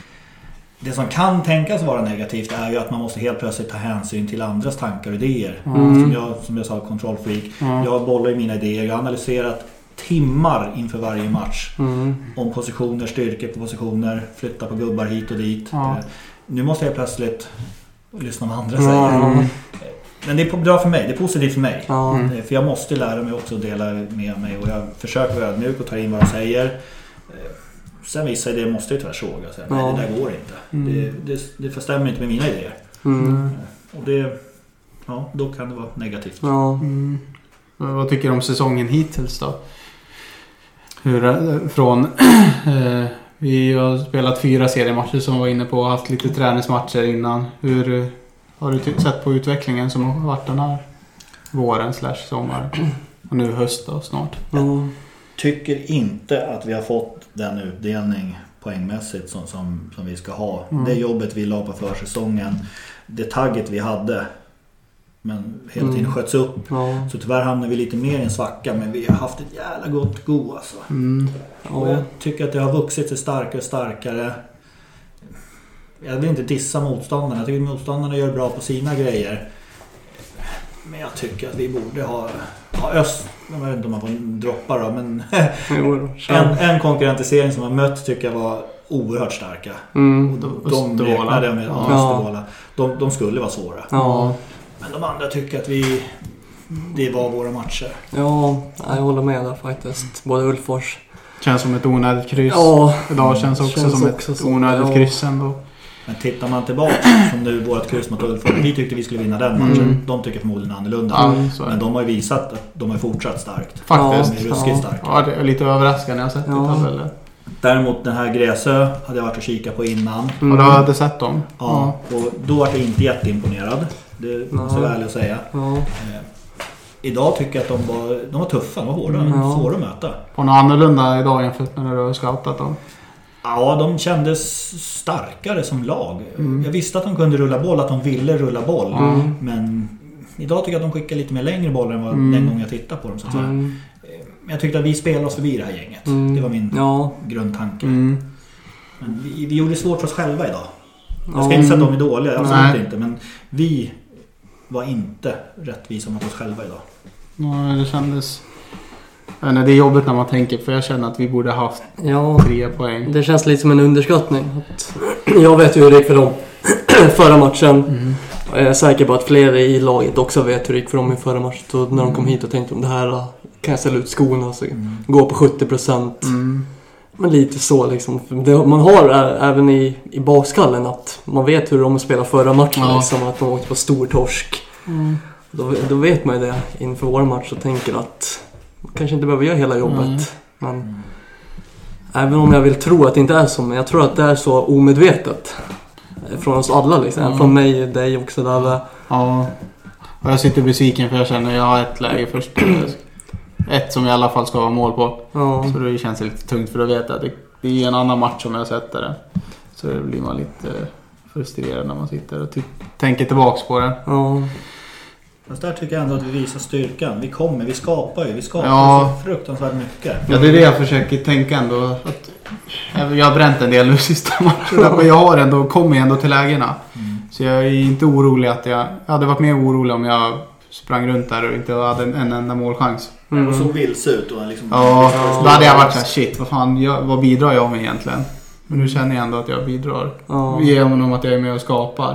Det som kan tänkas vara negativt är ju att man måste helt plötsligt ta hänsyn till andras tankar och idéer. Mm. Som, jag, som jag sa, kontrollfreak. Mm. Jag bollar i mina idéer. Jag har analyserat timmar inför varje match. Mm. Om positioner, styrkor på positioner. Flytta på gubbar hit och dit. Mm. Nu måste jag plötsligt lyssna vad andra säger. Mm. Men det är bra för mig. Det är positivt för mig. Mm. För jag måste lära mig också att dela med mig. Och jag försöker vara ödmjuk och ta in vad de säger. sen vissa idéer måste ju tyvärr såga. Så, ja. Nej, det där går inte. Mm. Det, det, det förstämmer inte med mina idéer. Mm. Och det, ja, då kan det vara negativt. Ja. Mm. Vad tycker du om säsongen hittills då? Hur, från eh, vi har spelat fyra seriematcher som var inne på och haft lite träningsmatcher innan. Hur har du t- sett på utvecklingen som har varit den här våren slash sommar och nu höst då snart? Ja. Tycker inte att vi har fått den utdelning poängmässigt som, som, som vi ska ha. Mm. Det jobbet vi la på försäsongen, det tagget vi hade, men hela tiden Mm. sköts upp. Ja. Så tyvärr hamnar vi lite mer i en svacka, men vi har haft ett jävla gott go alltså. Mm. Och jag tycker att det har vuxit sig starkare och starkare. Jag vill inte dissa motståndarna. Jag tycker att motståndarna gör bra på sina grejer. Men jag tycker att vi borde ha... Ja, öst... Jag vet inte om man får droppa då, men... en, en konkurrent i serien som har mött tycker jag var oerhört starka. Mm. Och de, de räknade med ja, ja. de, de skulle vara svåra. Ja. Men de andra tycker att vi... Det var våra matcher. Ja, jag håller med där faktiskt. Både Ulfors. Känns som ett onödigt kryss. Ja. Idag känns också känns som också ett så, onödigt ja. kryss ändå. Men tittar man tillbaka som nu vårt kryss mot Ulfors, vi tyckte vi skulle vinna den matchen. Mm. De tycker förmodligen annorlunda. Mm, men de har ju visat att de har fortsatt starkt. Faktiskt. De är ruskigt ja. starka. Ja, det är lite överraskande jag har sett ja. i tabellen. Däremot den här Gräsö hade jag varit och kika på innan. Mm. Och då hade jag sett dem. Ja, ja. Och då var jag inte jätteimponerad. Det måste jag ärligt säga. Ja. Eh, idag tycker jag att de var, de var tuffa, de var hårda. Mm. Ja. Svåra att möta. På något annorlunda idag jämfört med när du har scoutat dem? Ja, de kändes starkare som lag. Mm. Jag visste att de kunde rulla boll, att de ville rulla boll. Mm. Men idag tycker jag att de skickar lite mer längre bollar än vad Mm. den gången jag tittade på dem. Så att Mm. Men jag tyckte att vi spelade oss förbi det här gänget. Mm. Det var min ja. grundtanke. Mm. Men vi, vi gjorde det svårt för oss själva idag. Jag ska Ja. inte säga att de är dåliga, absolut Nej. inte. Men vi var inte rättvisa mot oss själva idag. Ja, det kändes... Nej, det är jobbigt när man tänker, för jag känner att vi borde ha haft Ja. tre poäng. Det känns lite som en underskattning. Att jag vet ju hur det gick för dem förra matchen. Mm. Och jag är säker på att fler i laget också vet hur det gick för dem i förra matchen. Så när de kom hit och tänkte om det här kan jag ställa ut skorna och så Mm. gå på sjuttio procent. Mm. Men lite så liksom. Det, man har ä- även i, i bakskallen att man vet hur de spelar förra matchen. Ja. Liksom, att de åkte på stor torsk. Mm. Då, då vet man ju det inför vår match och tänker att man kanske inte behöver göra hela jobbet. Mm. Men Mm. även om jag vill tro att det inte är så, men jag tror att det är så omedvetet från oss alla liksom. Mm. Från mig, dig också där. Ja. Och jag sitter besviken för jag känner att jag har ett läge först. Ett som i alla fall ska vara mål på. Ja. Så det känns lite tungt för att veta att det, det är en annan match som jag sätter det. Så det blir man lite frustrerad när man sitter och ty- tänker tillbaks på det. Ja. Fast där tycker jag ändå att vi visar styrkan. Vi kommer, vi skapar ju. Vi skapar Ja. så fruktansvärt mycket. Ja, det är det jag försöker tänka ändå. Att jag har bränt en del nu sista matchen. Men jag har ändå, kommer ändå till lägena. Mm. Så jag är inte orolig att jag... Jag hade varit mer orolig om jag sprang runt där och inte hade en, en enda målchans. Mm. Och Mm. så vilse ut. Och liksom, Ja, då hade jag varit så här, shit, vad fan, jag, vad bidrar jag med egentligen? Men nu känner jag ändå att jag bidrar. Ja. Genom att jag är med och skapar.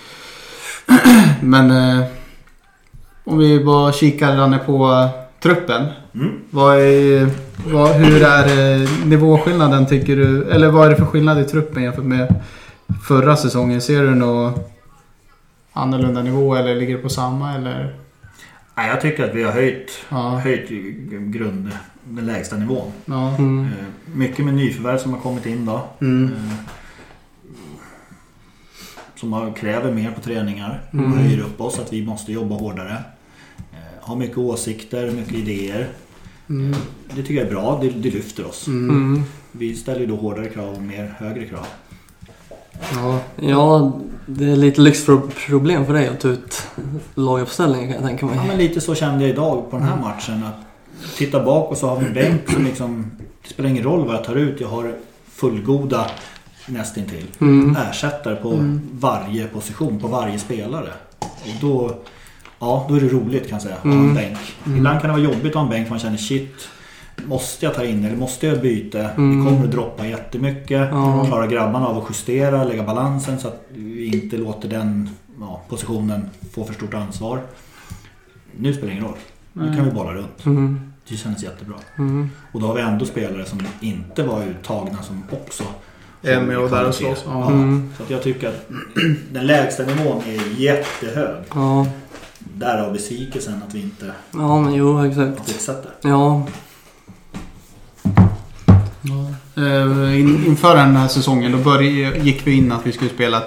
Men eh, om vi bara kikar Ranne på uh, truppen. Mm. Vad är, vad, hur är eh, nivåskillnaden tycker du? Eller vad är det för skillnad i truppen jämfört med förra säsongen? Ser du någon annorlunda nivå eller ligger det på samma? Eller? Nej, jag tycker att vi har höjt, Ja. höjt grund, den lägsta nivån. Ja. Mm. Eh, Mycket med nyförvärv som har kommit in då. Mm. Eh, Som har, kräver mer på träningar. Mm. Och höjer upp oss att vi måste jobba hårdare. Eh, Har mycket åsikter, mycket idéer. Mm. Det tycker jag är bra, det, det lyfter oss. Mm. Mm. Vi ställer ju då hårdare krav och mer högre krav. Ja. Ja, det är lite lyxproblem för dig att ta ut laguppställningen kan jag tänka mig. Ja, men lite så kände jag idag på den här matchen. Att titta bak och så har vi en bänk som liksom... Det spelar ingen roll vad jag tar ut. Jag har fullgoda nästintill Mm. ersättare på Mm. varje position, på varje spelare. Och då... Ja, då är det roligt kan jag säga, att ha Mm. en bänk. Mm. Ibland kan det vara jobbigt att ha en bänk för man känner shit... Måste jag ta in eller måste jag byta? Mm. Vi kommer att droppa jättemycket. Ja. Klarar grabbarna av att justera, lägga balansen så att vi inte låter den ja, positionen få för stort ansvar. Nu spelar det ingen roll. Nu kan vi bolla runt. Mm. det kändes jättebra. Mm. Och då har vi ändå spelare som inte var uttagna som också är med och där och slåss. Ja. Mm. Så att jag tycker att den lägsta nivån är jättehög. Ja. Därav besvikelsen att vi inte ja, men jo, exakt. fortsätter. Ja. Ja. Uh, in, inför den här säsongen då började, gick vi in att vi skulle spela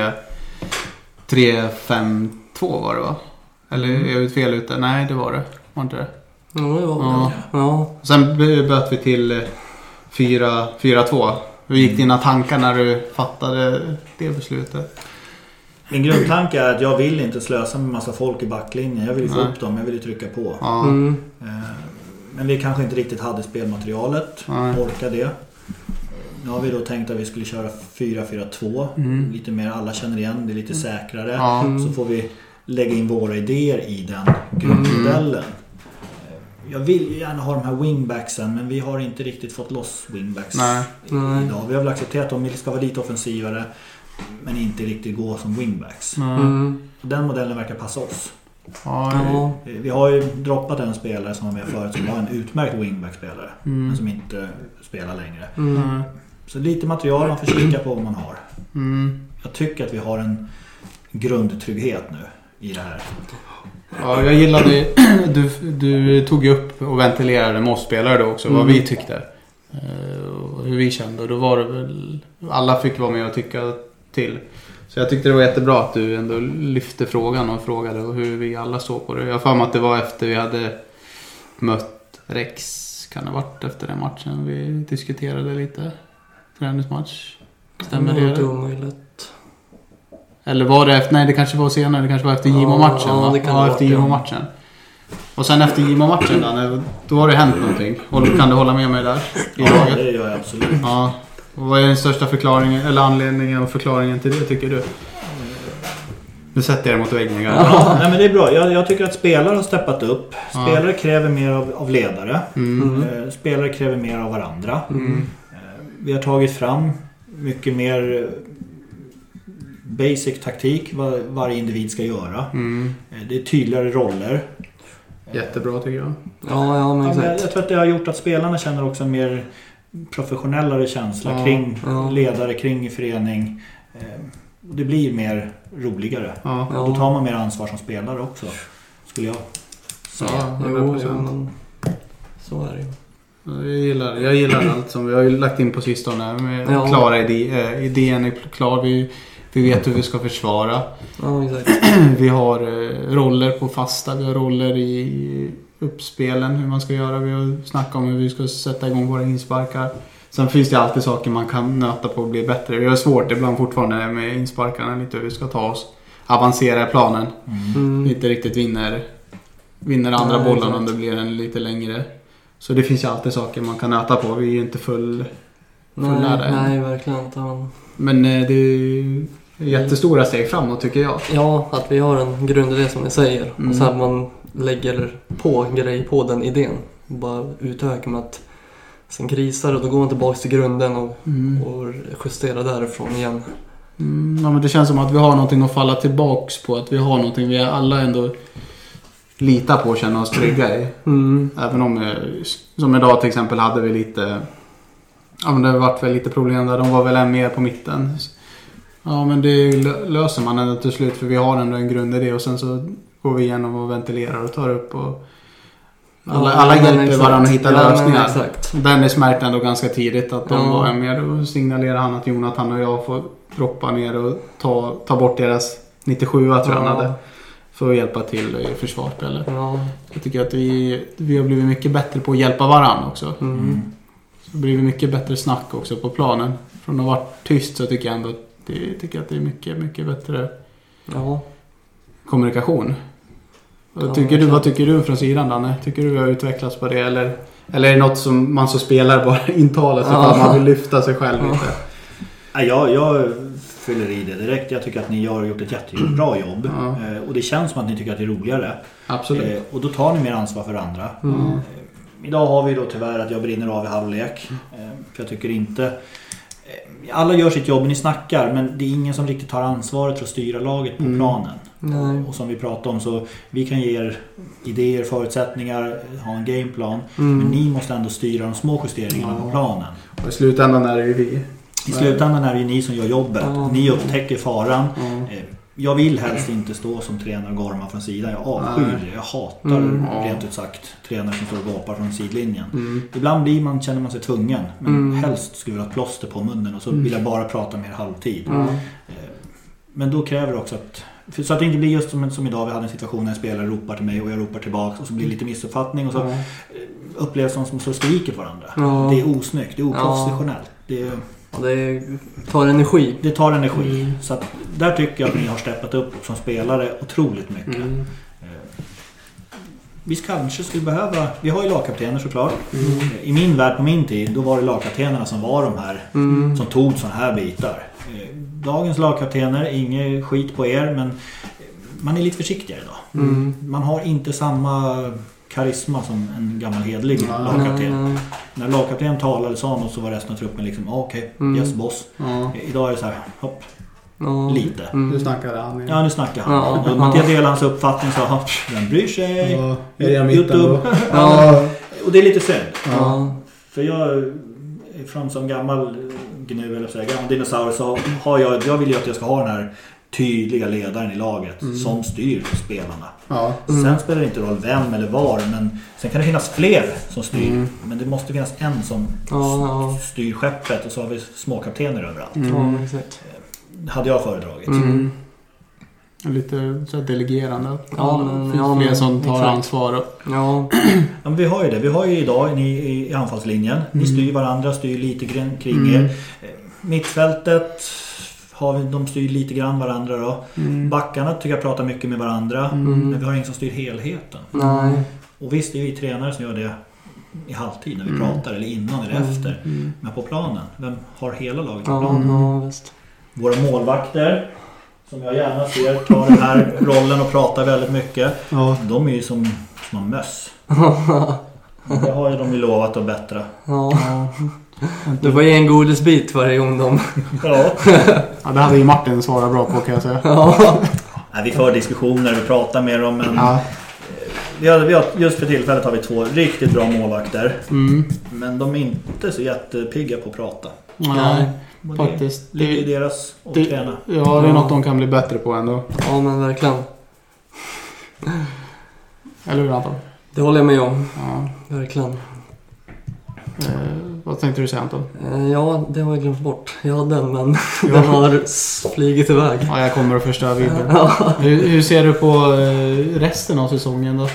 tre fem två var det va? Eller är jag fel ute? Nej, det var det. Var inte det? Ja, det var ja. det. Ja. Sen böt vi till fyra två. Hur gick dina tankar när du fattade det beslutet? Min grundtanke är att jag vill inte slösa med massa folk i backlinjen. Jag vill få Nej. upp dem, jag vill trycka på. Ja. Mm. Men vi kanske inte riktigt hade spelmaterialet. Nej. Orka det. Nu har vi då tänkt att vi skulle köra fyra fyra två. Mm. Lite mer, alla känner igen, det är lite säkrare. Ja. Mm. Så får vi lägga in våra idéer i den grundmodellen. Jag vill gärna ha de här wingbacksen, men vi har inte riktigt fått loss wingbacks Nej. Nej. idag. Vi har väl accepterat att de ska vara lite offensivare, men inte riktigt gå som wingbacks. Mm. Den modellen verkar passa oss. Ja. Ja. Vi har ju droppat en spelare som var med förut som var en utmärkt wingback-spelare, Mm. men som inte spelar längre. Mm. Så lite material man får kika på vad man har. Mm. Jag tycker att vi har en grundtrygghet nu i det här. Ja, jag gillade du, du tog upp och ventilerade med oss spelare då också, mm. vad vi tyckte. Och hur vi kände. Och då var det väl, alla fick vara med och tycka till. Så jag tyckte det var jättebra att du ändå lyfte frågan och frågade hur vi alla såg på det. Jag har för mig att det var efter vi hade mött Rex. Kan det ha varit efter den matchen vi diskuterade lite. Träningsmatch. Stämmer det? Det är inte omöjligt. Eller var det efter, nej det kanske var senare, det kanske var efter Gimo-matchen. Ja, det kan ja, det efter vara, Gimo-matchen. Och sen efter Gimo-matchen då, då har det hänt någonting. Och kan du hålla med mig där? I Ja, laget? det gör jag absolut. Ja. Och vad är den största förklaringen, eller anledningen och förklaringen till det tycker du? Nu sätter jag det mot väggen. Ja, nej, men det är bra. Jag, jag tycker att spelare har steppat upp. Spelare ja. kräver mer av, av ledare. Mm. Eh, spelare kräver mer av varandra. Mm. Eh, vi har tagit fram mycket mer basic taktik vad varje individ ska göra. Mm. Eh, det är tydligare roller. Jättebra tycker jag. Ja, ja men exakt. Ja, men jag tror att det har gjort att spelarna känner också en mer professionellare känsla ja. kring ja. ledare, kring förening. Eh, det blir mer roligare. Ja. Och då tar man mer ansvar som spelare också, skulle jag säga. Ja, hundra procent. Jo, ja, så är det ju. Jag gillar, jag gillar allt som vi har lagt in på sistone. Med ja. Klara idé, idén är klar. Vi, vi vet hur vi ska försvara. Ja, exakt. Vi har roller på fasta. Vi har roller i uppspelen. Hur man ska göra. Vi har snackat om hur vi ska sätta igång våra insparkar. Sen finns det alltid saker man kan nöta på och bli bättre. Vi har svårt ibland fortfarande med insparkarna. Lite hur vi ska ta oss. Avancera i planen. Mm. Inte riktigt vinner, vinner andra ja, bollen om det blir en lite längre. Så det finns ju alltid saker man kan nöta på. Vi är ju inte full, fulla nej, nej, verkligen inte. Men, men det är jättestora steg framåt tycker jag. Ja, att vi har en grundidé som vi säger. Mm. Och så att man lägger på grej på den idén. Bara utökar med att sen krisar och då går man tillbaka till grunden och, mm. och justerar därifrån igen. Mm, ja, men det känns som att vi har någonting att falla tillbaks på. Att vi har någonting vi alla ändå litar på och känner oss trygga i. Mm. Även om, som idag till exempel, hade vi lite, ja men det har varit väl lite problem där. De var väl än mer på mitten. Ja men det löser man ändå till slut, för vi har ändå en grund i det. Och sen så går vi igenom och ventilerar och tar upp och alla, ja, alla hjälper exakt. varandra att hitta ja, lösningar. Dennis märkte ändå ganska tidigt att de ja. var med, och signalerade han att Jonathan och jag får droppa ner och ta, ta bort deras nittiosju tror jag ja. han hade. För att hjälpa till i försvarsspelet. Ja. Jag tycker att vi, vi har blivit mycket bättre på att hjälpa varandra också. Mm. Så blir vi mycket bättre snack också på planen. Från att ha varit tyst så tycker jag ändå att det, tycker att det är mycket, mycket bättre ja. kommunikation. Ja, tycker du, vad tycker du från sidan, Danne? Tycker du vi har utvecklats på det? Eller, eller är det något som man så spelar bara intalar sig ja. för att man vill lyfta sig själv ja. lite? Ja, jag, jag fyller i det direkt. Jag tycker att ni har gjort ett jättebra jobb. Ja. Eh, och det känns som att ni tycker att det är roligare. Absolut. Eh, och då tar ni mer ansvar för andra. Mm. Eh, idag har vi då tyvärr att jag brinner av i halvlek. Eh, för jag tycker inte alla gör sitt jobb, ni snackar, men det är ingen som riktigt tar ansvaret för att styra laget på mm. planen. Nej. Och som vi pratade om, så vi kan ge er idéer, förutsättningar, ha en gameplan, mm. men ni måste ändå styra de små justeringarna ja. på planen. Och i slutändan är det ju vi. I slutändan är det ju ni som gör jobbet. Ja. Ni upptäcker faran. Ja. Jag vill helst inte stå som tränare och gorma från sidan. Jag avskyr det. Jag hatar mm. rent ut sagt tränare som står och gapar från sidlinjen. Mm. Ibland blir man, känner man sig tvungen. Men mm. helst skulle jag ha ett plåster på munnen och så vill jag bara prata mer halvtid. Mm. Men då kräver det också att, så att det inte blir just som, som idag vi hade en situation när en spelare ropar till mig och jag ropar tillbaka och så blir det lite missuppfattning och så mm. upplevs de som så skriker på varandra. Mm. Det är osnyggt, det är oprofessionellt. Det är, det tar energi. Det tar energi. Mm. Så att där tycker jag att ni har steppat upp som spelare otroligt mycket. Mm. Vi kanske skulle behöva, vi har ju lagkaptener såklart. Mm. I min värld på min tid, då var det lagkaptenerna som var de här mm. som tog såna här bitar. Dagens lagkaptener, inget skit på er, men man är lite försiktigare idag. Mm. Man har inte samma karisma som en gammal hedlig mm. lagkapten. Mm. När lagkaptenen talade sa något så var resten av truppen liksom, ah, okej, okay, mm. yes boss. Mm. Idag är det så här, hopp, mm. lite. Mm. Nu snackar han. Ja, nu snackar han. Ja. Och man delar hans uppfattning så, hopp, den bryr sig. Ja, är jag YouTube. Ja. Och det är lite synd. Ja. För jag från som gammal gnu eller så här, gammal dinosaur, så har jag, jag vill ju att jag ska ha den här tydliga ledaren i laget mm. som styr spelarna. Ja. Mm. Sen spelar det inte roll vem eller var, men sen kan det finnas fler som styr. Mm. Men det måste finnas en som ja. styr skeppet och så har vi småkaptener överallt. Mm. Ja, exakt. Hade jag föredragit. Mm. Lite så delegerande. Ja, men, ja, fler som tar exakt. ansvar. Och... Ja. Ja, men vi har ju det. Vi har ju idag ni i, i anfallslinjen. Ni mm. styr varandra, styr lite grann kring mm. er. Mittfältet har vi, de styr lite grann varandra då. Mm. Backarna tycker jag pratar mycket med varandra. Mm. Men vi har ingen som styr helheten. Nej. Och visst, det är vi tränare som gör det i halvtid när vi mm. pratar, eller innan eller mm. efter. Mm. Men på planen, vem har hela laget på planen? Ja, visst. Våra målvakter, som jag gärna ser, tar den här rollen och pratar väldigt mycket. Ja. De är ju som, som en möss. Det har ju de ju lovat att bättra. Ja. Det var ju en godisbit varje gång de... Ja. Ja, det hade ju Martin svarat bra på, kan jag säga. Ja. Nej, vi för diskussioner, vi pratar med dem, men... Ja. Vi har, vi har, just för tillfället har vi två riktigt bra målvakter. Mm. Men de är inte så jättepigga på att prata. Nej, ja, faktiskt. Det ligger i deras att det, träna. Ja, det är ja. något de kan bli bättre på ändå. Ja, men verkligen. Eller hur, Anton? Det håller jag med om. Ja. Verkligen. Eh, vad tänkte du säga, Anton? Eh, ja, det har jag glömt bort. Jag hade den, men den har flygit iväg. Ja, jag kommer att förstöra bilden. Ja. hur, hur ser du på eh, resten av säsongen då?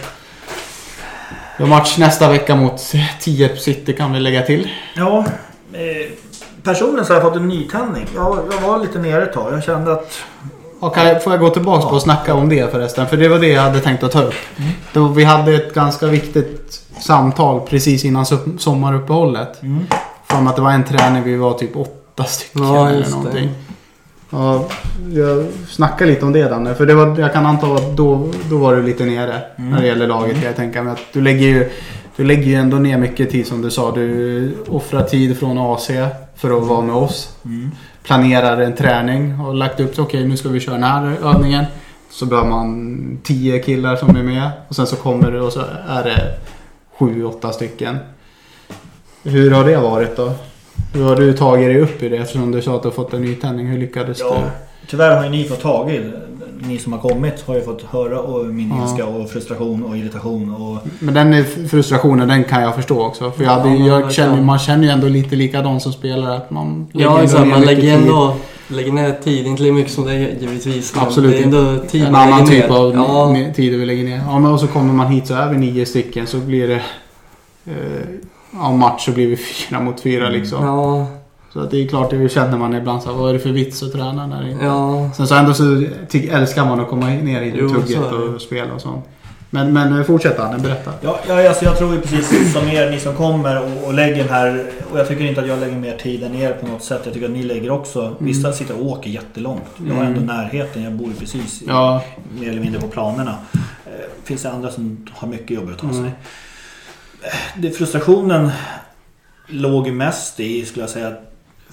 Vi har match nästa vecka mot Tierp City, kan vi lägga till. Ja, eh, personligen så har jag fått en nytändning. Jag, jag var lite nere ett tag. Jag kände att... Okej, får jag gå tillbaka ja. på och snacka om det förresten? För det var det jag hade tänkt att ta upp. Mm. Då vi hade ett ganska viktigt samtal precis innan sommaruppehållet. Mm. Från att det var en träning, vi var typ åtta stycken ja, eller någonting. Ja, jag snackade lite om det, Danne. För det var, jag kan anta att då, då var du lite nere mm. när det gäller laget. Mm. Jag tänker mig att du lägger ju du lägger ju ändå ner mycket tid, som du sa. Du offrar tid från A C för att vara med oss. Mm. Planerar en träning och lagt upp, okej okay, nu ska vi köra den här övningen. Så behöver man tio killar som är med. Och sen så kommer det och så är det sju, åtta stycken. Hur har det varit då? Hur har du tagit dig upp i det, eftersom du sa att du har fått en nytändning? Hur lyckades ja, du? Tyvärr har ju ni fått tagit. Ni som har kommit har ju fått höra och min ja. ilska och frustration och irritation. Och... Men den frustrationen, den kan jag förstå också. För jag hade, ja, jag känner, man känner ju ändå lite likadant som spelare. Att man ja, exakt, man lägger ändå lägger ner tid. Inte lika mycket som det är givetvis. Absolut. Det är ändå tid en annan typ av ja. tid vi lägger ner. Ja, men och så kommer man hit så är vi nio stycken, så blir det... Eh, ja, match så blir vi fyra mot fyra liksom. Ja. Så att det är klart, det känner man ibland så här, vad är det för vits att träna när det inte... Ja. Sen så ändå så ty- älskar man att komma ner i jo, tugget och spela och sånt. Men, men fortsätt Anne, berätta. Ja, ja alltså jag tror ju precis som er, ni som kommer och, och lägger den här, och jag tycker inte att jag lägger mer tid än er på något sätt. Jag tycker att ni lägger också, mm. vissa sitter och åker jättelångt. Jag har ändå närheten, jag bor ju precis ja. i, mer eller mindre på planerna. Eh, finns det andra som har mycket jobb att ta sig. Mm. Det, frustrationen låg mest i, skulle jag säga,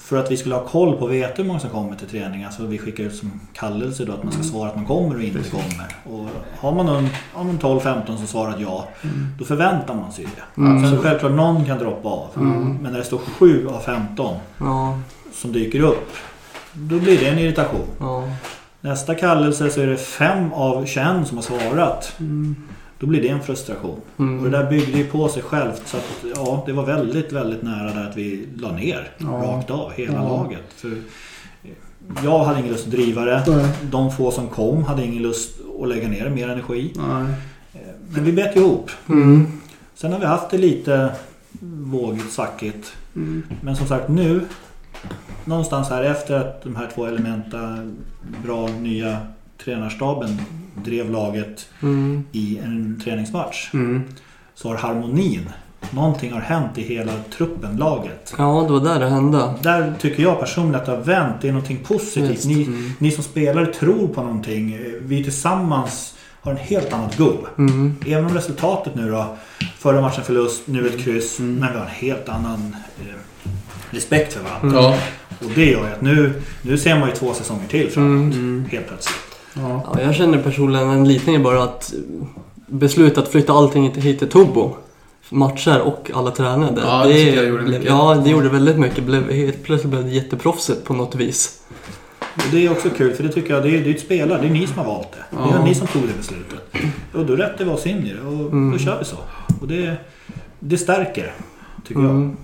för att vi skulle ha koll på veta hur många som kommer till träning. Alltså vi skickar ut som kallelse då att man ska svara att man kommer och inte Precis. kommer. Och har man en, en tolv femton som svarar ja, mm. då förväntar man sig det. Mm. Sen självklart någon kan droppa av. Mm. Men när det står sju av femton ja. som dyker upp, då blir det en irritation. Ja. Nästa kallelse så är det fem av tjugoett som har svarat. Mm. Då blir det en frustration. Mm. Och det där byggde ju på sig självt. Så att, ja, det var väldigt, väldigt nära där att vi la ner ja. rakt av hela ja. laget. För jag hade ingen lust att driva det. Nej. De få som kom hade ingen lust att lägga ner mer energi. Nej. Men vi bet ihop. Mm. Sen har vi haft det lite vågigt, sackigt. Mm. Men som sagt nu, någonstans här efter att de här två elementa bra nya tränarstaben drev laget mm. i en träningsmatch mm. så har harmonin, någonting har hänt i hela truppen, laget. Ja, det var där det hände. Där tycker jag personligen att det har vänt, det är någonting positivt. Ni, mm. ni som spelare tror på någonting, vi tillsammans har en helt annat go. Mm. Även om resultatet nu då, förra matchen förlust, nu ett kryss, mm. men vi har en helt annan eh, respekt för varandra. Mm. Och det gör ju att nu, nu ser man ju två säsonger till framåt, mm. helt plötsligt. Ja. Ja, jag känner personligen en liten bara att besluta att flytta allting hit till Tobo, matcher och alla tränare. Ja, det, det, jag gjorde mycket. Ja, det gjorde väldigt mycket. Blev, helt plötsligt blev det jätteproffsigt på något vis. Och det är också kul, för det tycker jag, det är, det är ett spelare, det är ni som har valt det. Ja. Det är ni som tog det beslutet. Och då rättar vi oss in i det och mm. då kör vi så. Och det, det stärker, tycker mm. jag.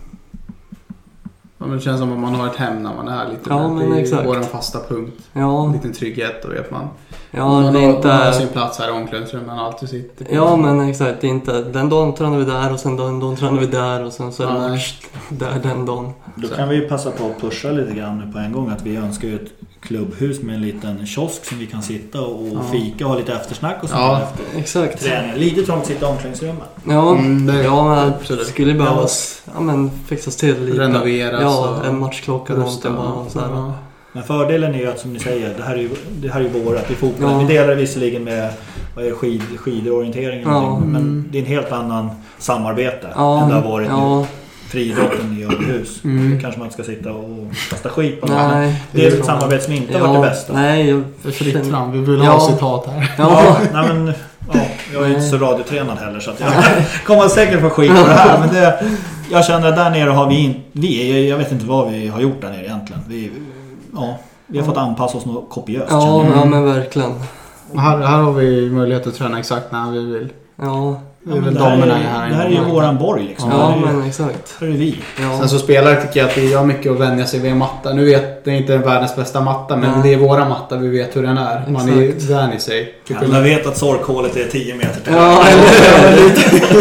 Ja, men det känns som att man har ett hem när man är här lite. Ja, men det är exakt. vår fasta punkt. Ja. En liten trygghet, då vet man. Ja, man det är har, inte... man har sin plats här i omklädningsrummet, man alltid sitter. Ja, men exakt. Det är inte den dagen tränar vi där och sen den dagen tränar vi där och sen så är det match där den dagen. Då kan vi passa på att pusha lite grann nu på en gång att vi önskar ju ett klubbhus med en liten kiosk som vi kan sitta och ja. fika och ha lite eftersnack och så ja, efter exakt. träning. Lite trångt sitta i omklädningsrummet. Ja, mm, det, ja men absolut. Skulle behövas ja, men fixas till lite. Renoveras. Ja, en matchklocka runt en bara så här. Ja. Men fördelen är ju att, som ni säger, det här är ju, det här är ju vårat i fotboll. Ja. Vi delar det visserligen med vad är skid, skidorientering ja. men det är en helt annan samarbete ja. än det har varit ja. nu. Friidrotten i Örebrohus. Mm. Kanske man ska sitta och kasta skit på det. Nej, det är ett samarbete som inte ja, har varit det bästa. Nej, jag fritt fram. Vi vill ja. ha citat här. Ja, ja nej, men ja, jag är inte så radiotränad heller så att jag kommer säkert få skit på det här. Men det, jag känner att där nere har vi inte, vi, jag vet inte vad vi har gjort där nere egentligen. Vi, ja, vi har fått anpassa oss något kopiöst. Ja, ja men verkligen. Här, här har vi möjlighet att träna exakt när vi vill. Ja. Det, ja, det, här är, här det här är ju våran borg liksom. Ja, det är, men exakt. Det är vi. Ja. Sen så spelare tycker jag att det gör mycket att vänja sig vid en matta. Nu vet det är inte världens bästa matta, men ja. det är våra matta, vi vet hur den är. Exakt. Man är vän i sig. Alla ja, vet att sorkhålet är tio meter till. Ja, eller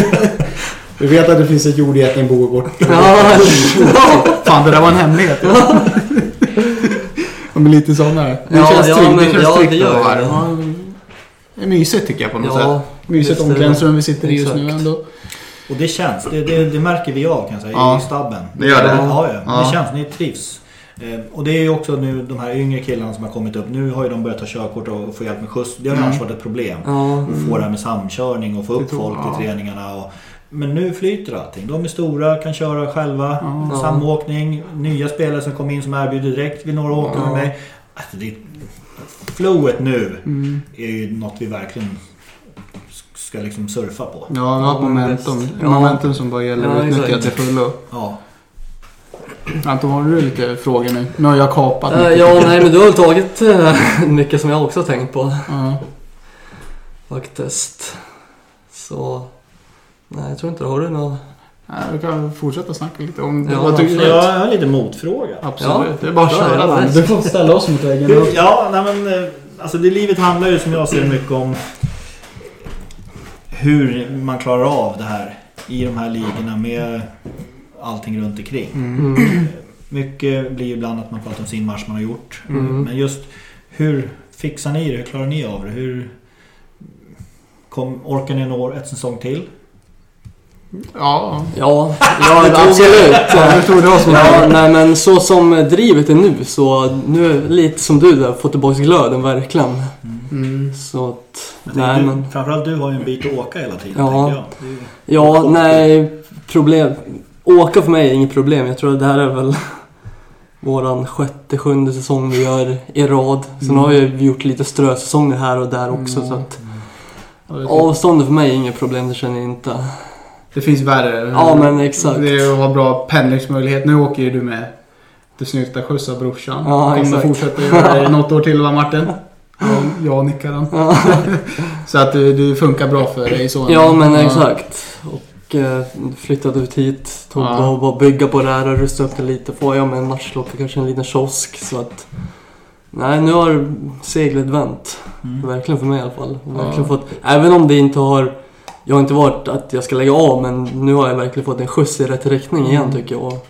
vi vet att det finns ett jordgetingbo bort. Ja. Fan, det där var en hemlighet. Ja. De är lite sådana här. Det ja, känns ja, tryggt, men, det känns ja, tryggt det gör här. Ja, det är mysigt tycker jag på något ja, sätt. Mysigt omklädningsrum vi sitter i just nu ändå. Och det känns, det, det, det märker vi av kan jag säga, ja, i stabben. Det gör det. Ja, ja. ja. Det känns, ni trivs. Eh, och det är ju också nu de här yngre killarna som har kommit upp. Nu har ju de börjat ta körkort och få hjälp med skjuts. Det har ju mm. annars varit ett problem. Mm. Att få det här med samkörning och få upp folk ja. till träningarna. Och, men nu flyter allting. De är stora, kan köra själva. Ja. Samåkning, nya spelare som kommer in som erbjuder direkt. Vill några åka ja. med mig. Alltså, det, flowet nu mm. är ju något vi verkligen ska liksom surfa på. Ja, vi har momentum. Ja. Momentum som bara gäller att utnyttja till fullo. Ja. Anton, har du lite frågor nu? Nu har jag kapat äh, Ja, nej, men du har tagit äh, mycket som jag också har tänkt på. Ja. Faktiskt. Så, nej, jag tror inte det. Har du något? Nej, vi kan fortsätta snacka lite om det. Ja, vad tycker du? Jag har lite motfråga. Absolut, ja, det är bara att köra. Du får ställa oss mot väggen. Ja, nej men alltså det livet handlar ju som jag ser mycket om hur man klarar av det här i de här ligorna med allting runt omkring. Mm. Mycket blir ibland att man pratar om sin match man har gjort. Mm. Men just hur fixar ni det? Hur klarar ni av det? Hur kom, orkar ni nå ett säsong till? Ja, ja, ja absolut. Jag tror det var så. Ja, nej, men så som drivet är nu så nu är lite som du där, fått tillbaka glöden verkligen. Mm. Så att, nej, du, men framförallt du har ju en bit att åka hela tiden, ja, tänker jag. Ja, nej, problem. Åka för mig är inget problem. Jag tror att det här är väl våran sjätte, sjunde säsong vi gör i rad. Sen Mm. har vi gjort lite strösäsonger här och där också. Mm. Så att Mm. avståndet för mig är inget problem, det känner jag inte. Det finns värre. Ja, men exakt. Det är att ha bra pendlingsmöjlighet. Nu åker ju du med. Du snyltar skjuts av brorsan. Ja, kommer exakt. fortsätta göra det något år till, va Martin? Ja, jag nickar den. Ja. Så att det, det funkar bra för dig så. Ja, men exakt. Och eh, flyttade ut hit. Tog Ja. ja. bara bygga på det här och rusta upp det lite. Får jag med en matchlocka, kanske en liten kiosk. Så att... Nej, nu har seglet vänt. Mm. Verkligen för mig i alla fall. Verkligen Ja. fått, även om det inte har... Jag har inte varit att jag ska lägga av, men nu har jag verkligen fått en skjuts i rätt riktning igen, Mm. tycker jag. Och,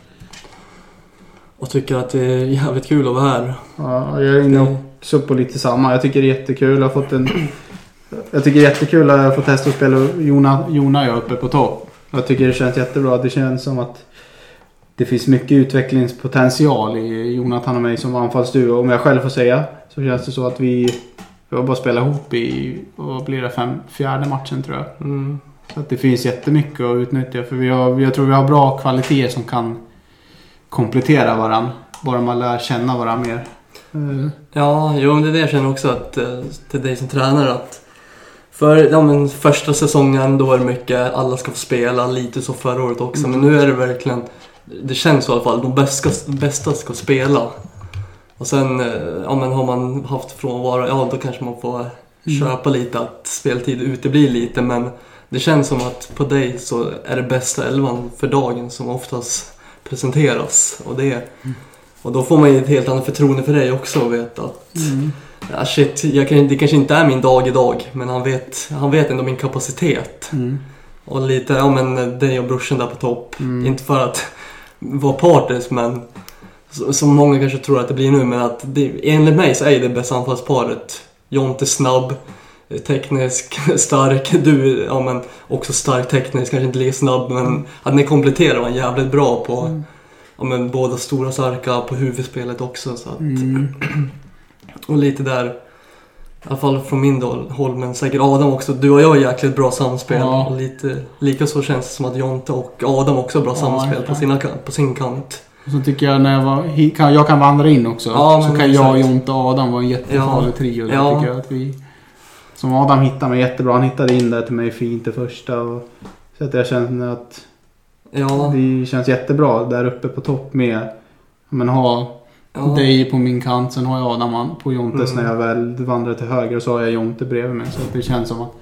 och tycker att det är jävligt kul att vara här. Ja, jag är inne också på lite samma. Jag tycker det är jättekul. Jag har fått en... Jag tycker det är jättekul att jag får testa att spela Jona, Jona jag uppe på topp. Jag tycker det känns jättebra. Det känns som att det finns mycket utvecklingspotential i Jonathan och mig som anfallsduo. Om jag själv får säga så känns det så att vi, vi har bara spelat ihop i, vad blir det, fem, fjärde matchen tror jag. Mm. Så att det finns jättemycket att utnyttja. För vi har, jag tror vi har bra kvaliteter som kan komplettera varandra. Bara man lär känna varandra mer. Mm. Ja, jo, det är det jag känner också att, eh, till dig som tränare att för ja, men första säsongen då var det mycket alla ska få spela, lite så förra året också. Mm. Men nu är det verkligen, det känns i alla fall, de bästa, bästa ska spela. Och sen eh, ja, men har man haft frånvaro, ja då kanske man får Mm. köpa lite att speltid uteblir lite. Men det känns som att på dig så är det bästa elvan för dagen som oftast presenteras. Och, det, Mm. och då får man ju ett helt annat förtroende för dig också och vet att Mm. ja, shit, jag kan, det kanske inte är min dag idag, men han vet, han vet ändå min kapacitet. Mm. Och lite, ja men dig och brorsan där på topp. Mm. Inte för att vara partisk, men som många kanske tror att det blir nu, men att det, enligt mig så är det bästa anfallsparet. Jonte snabb, teknisk, stark. Du, ja men också stark teknisk, kanske inte lika snabb, men att ni kompletterar var jävligt bra på Mm. ja, men båda stora starka på huvudspelet också. Så att, Mm. och lite där, i alla fall från min håll, men säkert Adam också. Du och jag är jäkligt bra samspel. Ja. Och lite, lika så känns det som att Jonte och Adam också har bra Ja, samspel ja. på, sina, på sin kant. Och så tycker jag när jag var, hi- kan, jag kan vandra in också. Ja, så men kan jag, exakt. Jonte och Adam vara en jättefarlig Ja. trio. Där, Ja. tycker jag att vi, som Adam hittade mig jättebra. Han hittade in där till mig fint det första. Och, så att jag känner att Ja, det känns jättebra där uppe på topp med. Men ha ja. dig på min kant. Sen har jag Adam på Jontes Mm. när jag väl vandrar till höger. Och så har jag Jonte bredvid mig. Så att det känns som att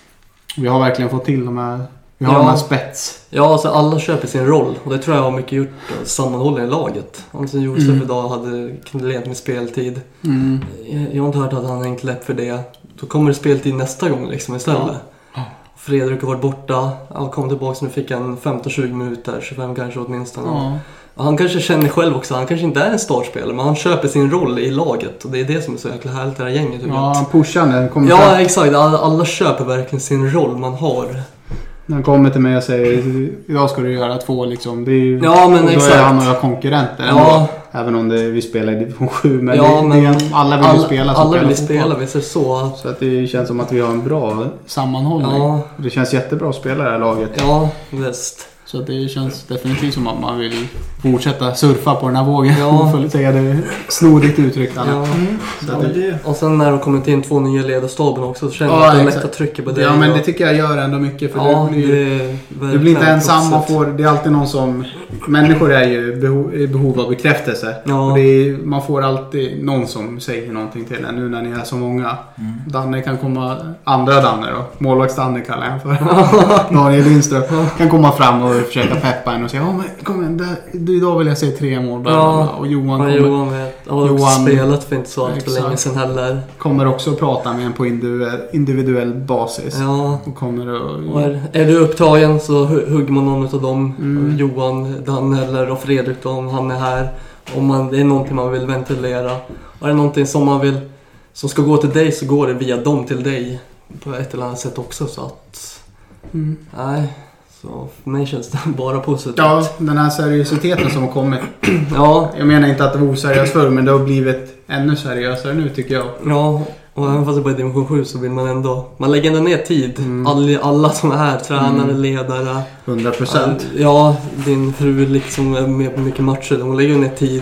vi har verkligen fått till de här. Vi har Ja. de här spets. Ja, alltså alla köper sin roll. Och det tror jag har mycket gjort sammanhållen i laget. Alltså Josef Mm. idag hade knälet med speltid. Mm. Jag har inte hört att han hängt lätt för det. Då kommer det speltid nästa gång liksom istället. Ja. Fredrik har varit borta. Han kom tillbaka så nu fick han femton tjugo minuter. tjugofem kanske åtminstone. Ja. Och han kanske känner själv också. Han kanske inte är en startspelare. Men han köper sin roll i laget. Och det är det som är så jäkla härligt i det här gänget. tycker jag. Ja, han pushar den. Kommer Ja, fram. exakt. Alla, alla köper verkligen sin roll man har. När han kommer till mig och säger idag ska du göra två liksom. Det är ju, Ja, men och då exakt. är han och jag konkurrenter. Ja. Ändå. Även om det, vi spelar i division sju. Men, Ja, det, men det, är- alla vill ju alla, spela. så alla spelar vill fotboll. spela, visst är det så. Så att det känns som att vi har en bra sammanhållning. Ja. Det känns jättebra att spela det här laget. Ja, visst. Så att det känns definitivt som att man vill fortsätta surfa på den här vågen. Ja. Får säga det snodigt uttryckt. Alla. Ja. Mm. Så Ja, att det, det, Och sen när de kommit in två nya ledarstaben också så känner Ja, jag att det exakt. lätta trycket på dig. ja, men det och- tycker jag gör ändå mycket. För ja, det blir, det är du blir inte verkligen ensam. Man proffsigt. får, det är alltid någon som... Människor är ju behov, i behov av bekräftelse. Ja. Och det är, man får alltid någon som säger någonting till en nu när ni är så många. Mm. Danne kan komma... Andra Danne då. Målvakts-Danne kallar jag för. Daniel Lindström. Kan komma fram och försöka peppa en och säga ja men kom igen, där, idag vill jag se tre mål. Bla, bla, bla. Och Johan Ja, kommer, Johan vet. Har också Johan- spelat för inte så allt för Exakt. länge sedan heller. kommer också att prata med en på individuell, individuell basis. Ja. Och kommer Och att... är, är du upptagen så hu- hugger man någon av dem. Mm. Johan, Dan eller och Fredrik då, om han är här. Om man, det är någonting man vill ventilera. Och är det någonting som man vill som ska gå till dig så går det via dem till dig. På ett eller annat sätt också så att... Mm. Nej, så för mig känns det bara positivt. Ja, den här seriositeten som har kommit. Ja, Jag menar inte att det var oseriöst förr, men det har blivit ännu seriösare nu tycker jag. ja. Och även fast det bara är division sju så vill man ändå... Man lägger ändå ner tid. Mm. Alla, alla som är här, tränare, Mm. ledare. hundra procent. Ja, din fru liksom är med på mycket matcher. Hon lägger ner tid.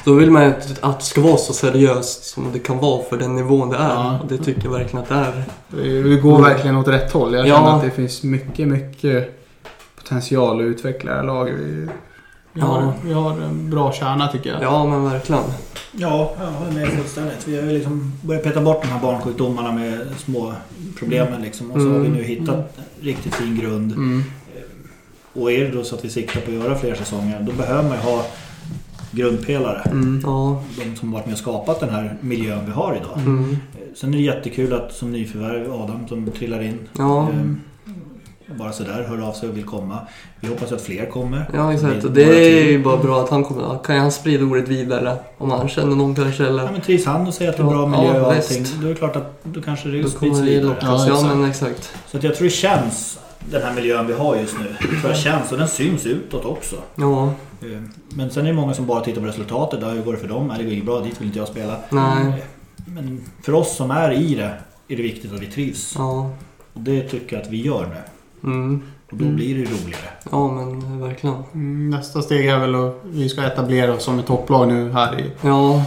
Då vill man att det ska vara så seriöst som det kan vara för den nivån det är. Ja. Och det tycker jag verkligen att det är. Vi går mm. verkligen åt rätt håll. Jag känner ja. att det finns mycket, mycket potential att utveckla det här laget. Vi, vi, ja. har, vi har en bra kärna tycker jag. Ja, men verkligen. Ja, jag håller med fullständigt. Vi har ju liksom börjat peta bort de här barnsjukdomarna med små problemen liksom. Och så mm. har vi nu hittat mm. riktigt fin grund. Mm. Och är det då så att vi siktar på att göra fler säsonger, då behöver man ju ha grundpelare. Mm. Ja. De som har varit med och skapat den här miljön vi har idag. Mm. Sen är det jättekul att som nyförvärv Adam som trillar in. Ja. Eh, bara så där hör av sig och vill komma. Vi hoppas att fler kommer. Ja, exakt. Och det är ju bara bra att han kommer. Kan han sprida ordet vidare om han känner någon kanske eller... Ja, men trivs han och säger att det är bra miljö ja, och allting. Då är det klart att då kanske det sprids vidare. Ja, ja, men exakt. Så att jag tror det känns den här miljön vi har just nu. Jag tror det känns och den syns utåt också. Ja. Men sen är det många som bara tittar på resultatet. Där, hur går det för dem? Är det går bra? Dit vill inte jag spela. Nej. Men för oss som är i det är det viktigt att vi trivs. Ja. Och det tycker jag att vi gör nu. Mm. Och då blir det roligare. Ja, men verkligen. Mm, nästa steg är väl att vi ska etablera oss som ett topplag nu här i, ja.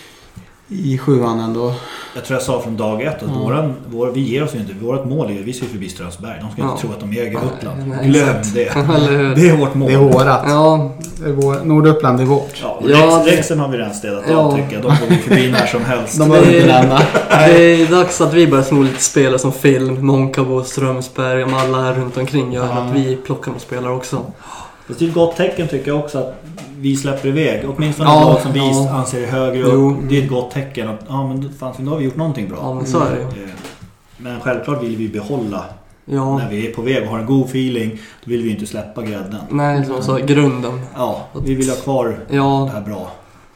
i sjuan ändå. Jag tror jag sa från dag ett att mm. våran, vår, vi ger oss ju inte. Vårt mål är vi ser förbi Strömsberg. De ska ja. inte tro att de äger Uppland. Nej, glöm det. Det är vårt mål. Det är vårat. Ja. Det är vår, Norduppland är vårt. Ja, ja, Rex, Rexen har vi redan städat ja. av tycker jag. De går vi förbi när som helst. De det, är, det är dags att vi börjar sno lite spelare som Film, Månkabo, Strömsberg. Om alla här runt omkring gör ja. att vi plockar några spelare också. Det är ett gott tecken tycker jag också att vi släpper iväg. Åtminstone ja, lag som vi ja. anser är högre upp. Det är ett gott tecken att ja, men fanns, nu har vi gjort någonting bra. Ja, men så är det. Men självklart vill vi behålla ja. när vi är på väg och har en god feeling. Då vill vi inte släppa grädden. Nej, så, så grunden. Ja, vi vill ha kvar ja. det här bra.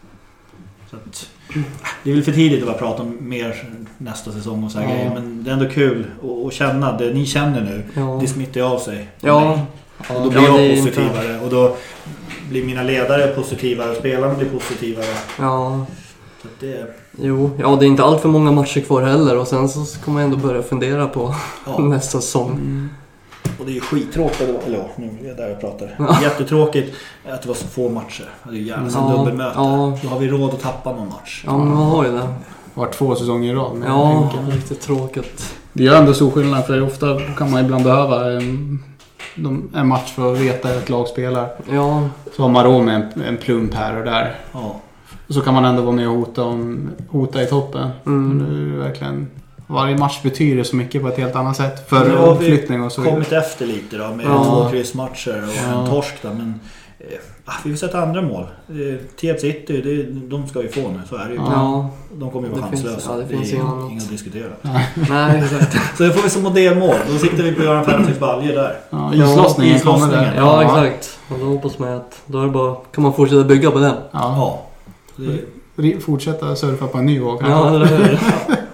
Så att, det är väl för tidigt att bara prata om mer nästa säsong och så här ja. grejer. Men det är ändå kul att, att känna det ni känner nu. Ja. Det smittar av sig. Ja. Ja, och då blir ja, jag positivare inte... och då blir mina ledare positivare och spelarna blir positivare. Ja. Så att det... Jo, ja det är inte allt för många matcher kvar heller och sen så kommer jag ändå börja fundera på ja. nästa säsong. Mm. Och det är ju skittråkigt, eller nu är jag där jag pratar. Ja. Jättetråkigt att det var så få matcher. Det är ju gärna som ja. dubbelmöte. Ja. Då har vi råd att tappa någon match. Ja, men man har ju det. Det var två säsonger i rad. Ja, riktigt tråkigt. Det gör ändå stor skillnad för ofta kan man ibland behöva en... De, en match för att veta ett lag spelar. Ja. Så har man råd med en, en plump här och där. Ja. Så kan man ändå vara med och hota, om, hota i toppen. Mm. Det är verkligen, varje match betyder så mycket på ett helt annat sätt. För ja, uppflyttning och så vidare. Vi har kommit efter lite då med ja. två kryssmatcher och ja. en torsk då, men eh, vi vill sätta andra mål. Eh, T F City, det, de ska ju få nu, så är det ju. Ja. De kommer ju vara chanslösa. Ja, det finns det är inget inget att diskutera. Nej, exakt. Så det får vi som modellmål. Då sitter vi på Göran Fernandes Balje där. Ja, islossningen ja, kommer där. Ja, ja, exakt. Och då hoppas man att då är det bara, kan man fortsätta bygga på den. Ja. ja. Det... Fortsätta surfa på en ny våg. Ja, det är det.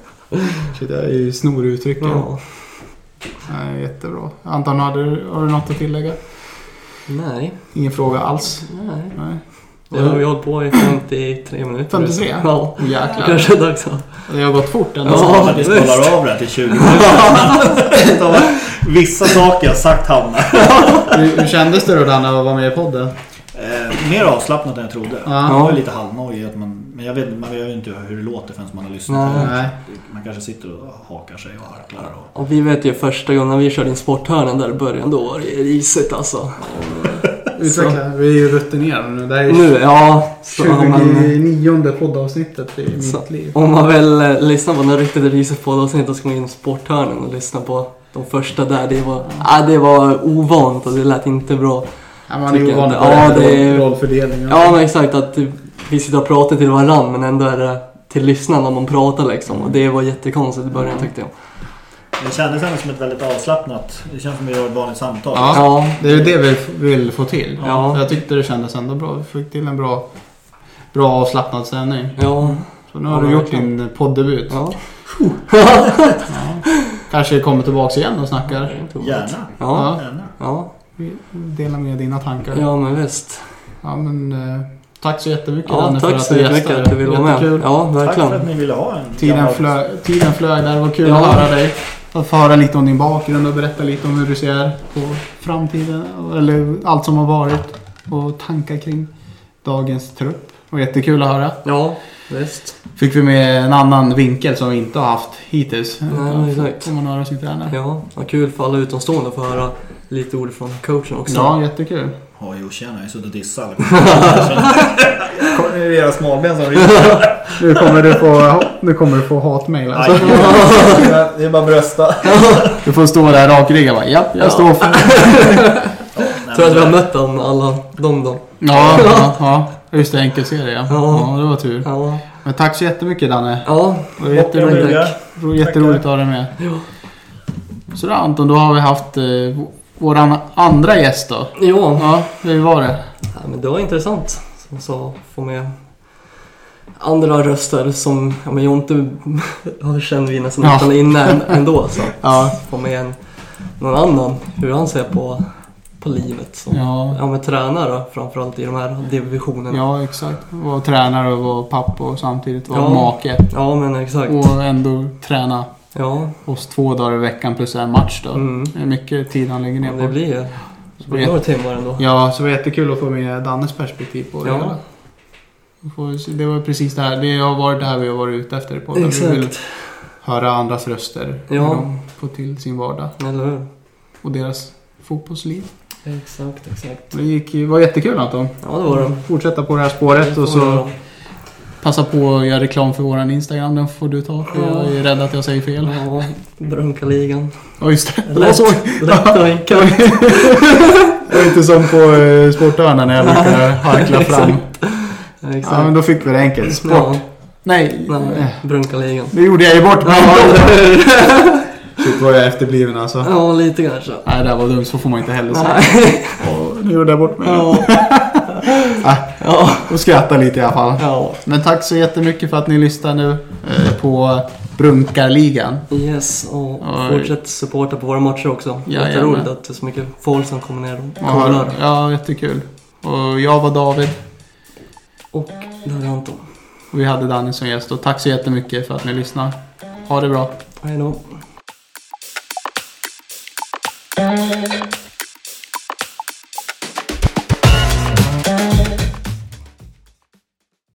Så det är ju snoruttrycken. Ja. Ja, jättebra. Anton, har du, har du något att tillägga? Nej. Ingen fråga alls? Nej. Nej. Jag har ju hållit på i femtiotre minuter. femtiotre? Ja. Jäklar. Kanske dags då. Det har gått fort ändå. Ja, vi spelar av det till tjugo minuter. Vissa saker jag sagt hamnar. hur, hur kändes det då Danne att vara med i podden? Eh, mer avslappnat än jag trodde. Ja. Jag var lite halvnojig att man, men jag vet, man vet inte hur det låter förrän man har lyssnat. Nej. Man kanske sitter och hakar sig och harklar. Och... och vi vet ju första gången vi körde in sporthörnen där i början, då var det risigt alltså. Utveckla, vi är ju rutinerade nu. Det är nu, ja. tjugonionde poddavsnittet i så, mitt liv. Om man väl eh, lyssnar på den riktigt risigt poddavsnitt, då ska man in i sporthörnen och lyssna på de första där. Det var, ah, det var ovant och det lät inte bra. Ja, man är ju van ja, det är rollfördelning. Ja, men exakt att vi sitter och pratar till varandra men ändå är det till lyssnarna man pratar liksom. Och det var jättekonstigt i början tyckte jag. Det kändes ändå som ett väldigt avslappnat. Det känns som att vi har ett vanligt samtal. Ja, ja. Det är det vi vill få till. Ja. Jag tyckte det kändes ändå bra. Vi fick till en bra, bra avslappnad sändning. Ja. Så nu har ja, du gjort din poddebut. Ja. ja. Kanske kommer tillbaka igen och snackar. Gärna. Ja. Gärna. Ja. Dela med dina tankar. Ja, men visst. Ja, men eh, tack så jättemycket. Ja, Danne, tack för att så du mycket att du ville vara med. Ja, verkligen. Tack för att ni ville ha en. Tiden flög, tiden flög där. Det var kul ja. att höra dig. Att få höra lite om din bakgrund och berätta lite om hur du ser på framtiden. Eller allt som har varit. Och tankar kring dagens trupp. Och jättekul att höra. Ja, visst. Fick vi med en annan vinkel som vi inte har haft hittills. Ja, exakt. Får man höra sin tränare. Ja, vad kul för alla utomstående att få höra lite ord från coachen också. Ja, jättekul. Ja, jo, tjena, jag är suttit och dissat. Kommer det era smalben som Nu kommer du få, nu kommer du få hatmail alltså. Det är bara brösta. Du får stå där rakryggad bara, japp, jag Ja. står för Jag tror att vi har mött dem, alla de då. Ja, ja, ja. Just det, enkelserie. Ja. Ja. Ja, det var tur. Ja, Men tack så jättemycket, Danne. ja. Det var jätteroligt, Tack. jätteroligt att ha dig med. Ja. Så då, Anton, då har vi haft eh, våran andra gäst då. Ja. Ja, hur var det? Ja, men det var intressant. Som sa, få med andra röster som, ja men jag inte har känt vi nästan Ja. utan innan ändå. Så Ja, få med en, någon annan, hur han ser på, på livet. Så. ja, Ja, men tränare framförallt i de här divisionerna. ja exakt. Var tränare och var pappa och samtidigt var Ja. make. Ja, men exakt. Och ändå träna Ja, oss två dagar i veckan plus en match då. mm. Det är mycket tid han lägger ner Ja, på. det blir, det blir några timmar ändå. Ja, så det var jättekul att få med Dannes perspektiv på det Ja. hela. Vi får se, det var precis det här. Det har varit det här vi har varit ute efter på. Vi vill Exakt. höra andras röster. Ja. Hur de får till sin vardag. Eller hur? Och deras fotbollsliv. Exakt, exakt. Det gick, det var jättekul, Anton. Ja, det var det. Fortsätta på det här spåret och så passa på att göra reklam för våran Instagram. Den får du ta. För jag är rädd att jag säger fel. Ja, Brunkaligan. Ja, just det. Det var Lätt, så. lätt och enkelt. Det var inte som på uh, Sportöarna när jag brukar harkla fram. Exakt. Ja, men då fick vi det enkelt. Sport. Ja, Nej. nej, Brunkaligan. Det gjorde jag ju bort mig. Ja, Shit, var jag efterbliven alltså. ja, lite kanske. Nej, det här var dumt. Så får man inte heller säga. Nej. Och nu gjorde jag bort mig. Ja. Ah, Ja. och skratta lite i alla fall. Ja. Men tack så jättemycket för att ni lyssnar nu eh, på Brunkarligan. Yes, och Oj. fortsätt supporta på våra matcher också. Ja, Jätteroligt jajamän. att det är så mycket folk som kommer ner och Ja, kollar. ja, jättekul. Och jag var David. Och där är Anton. Och vi hade Danny som gäst. Och tack så jättemycket för att ni lyssnar. Ha det bra. Hej då.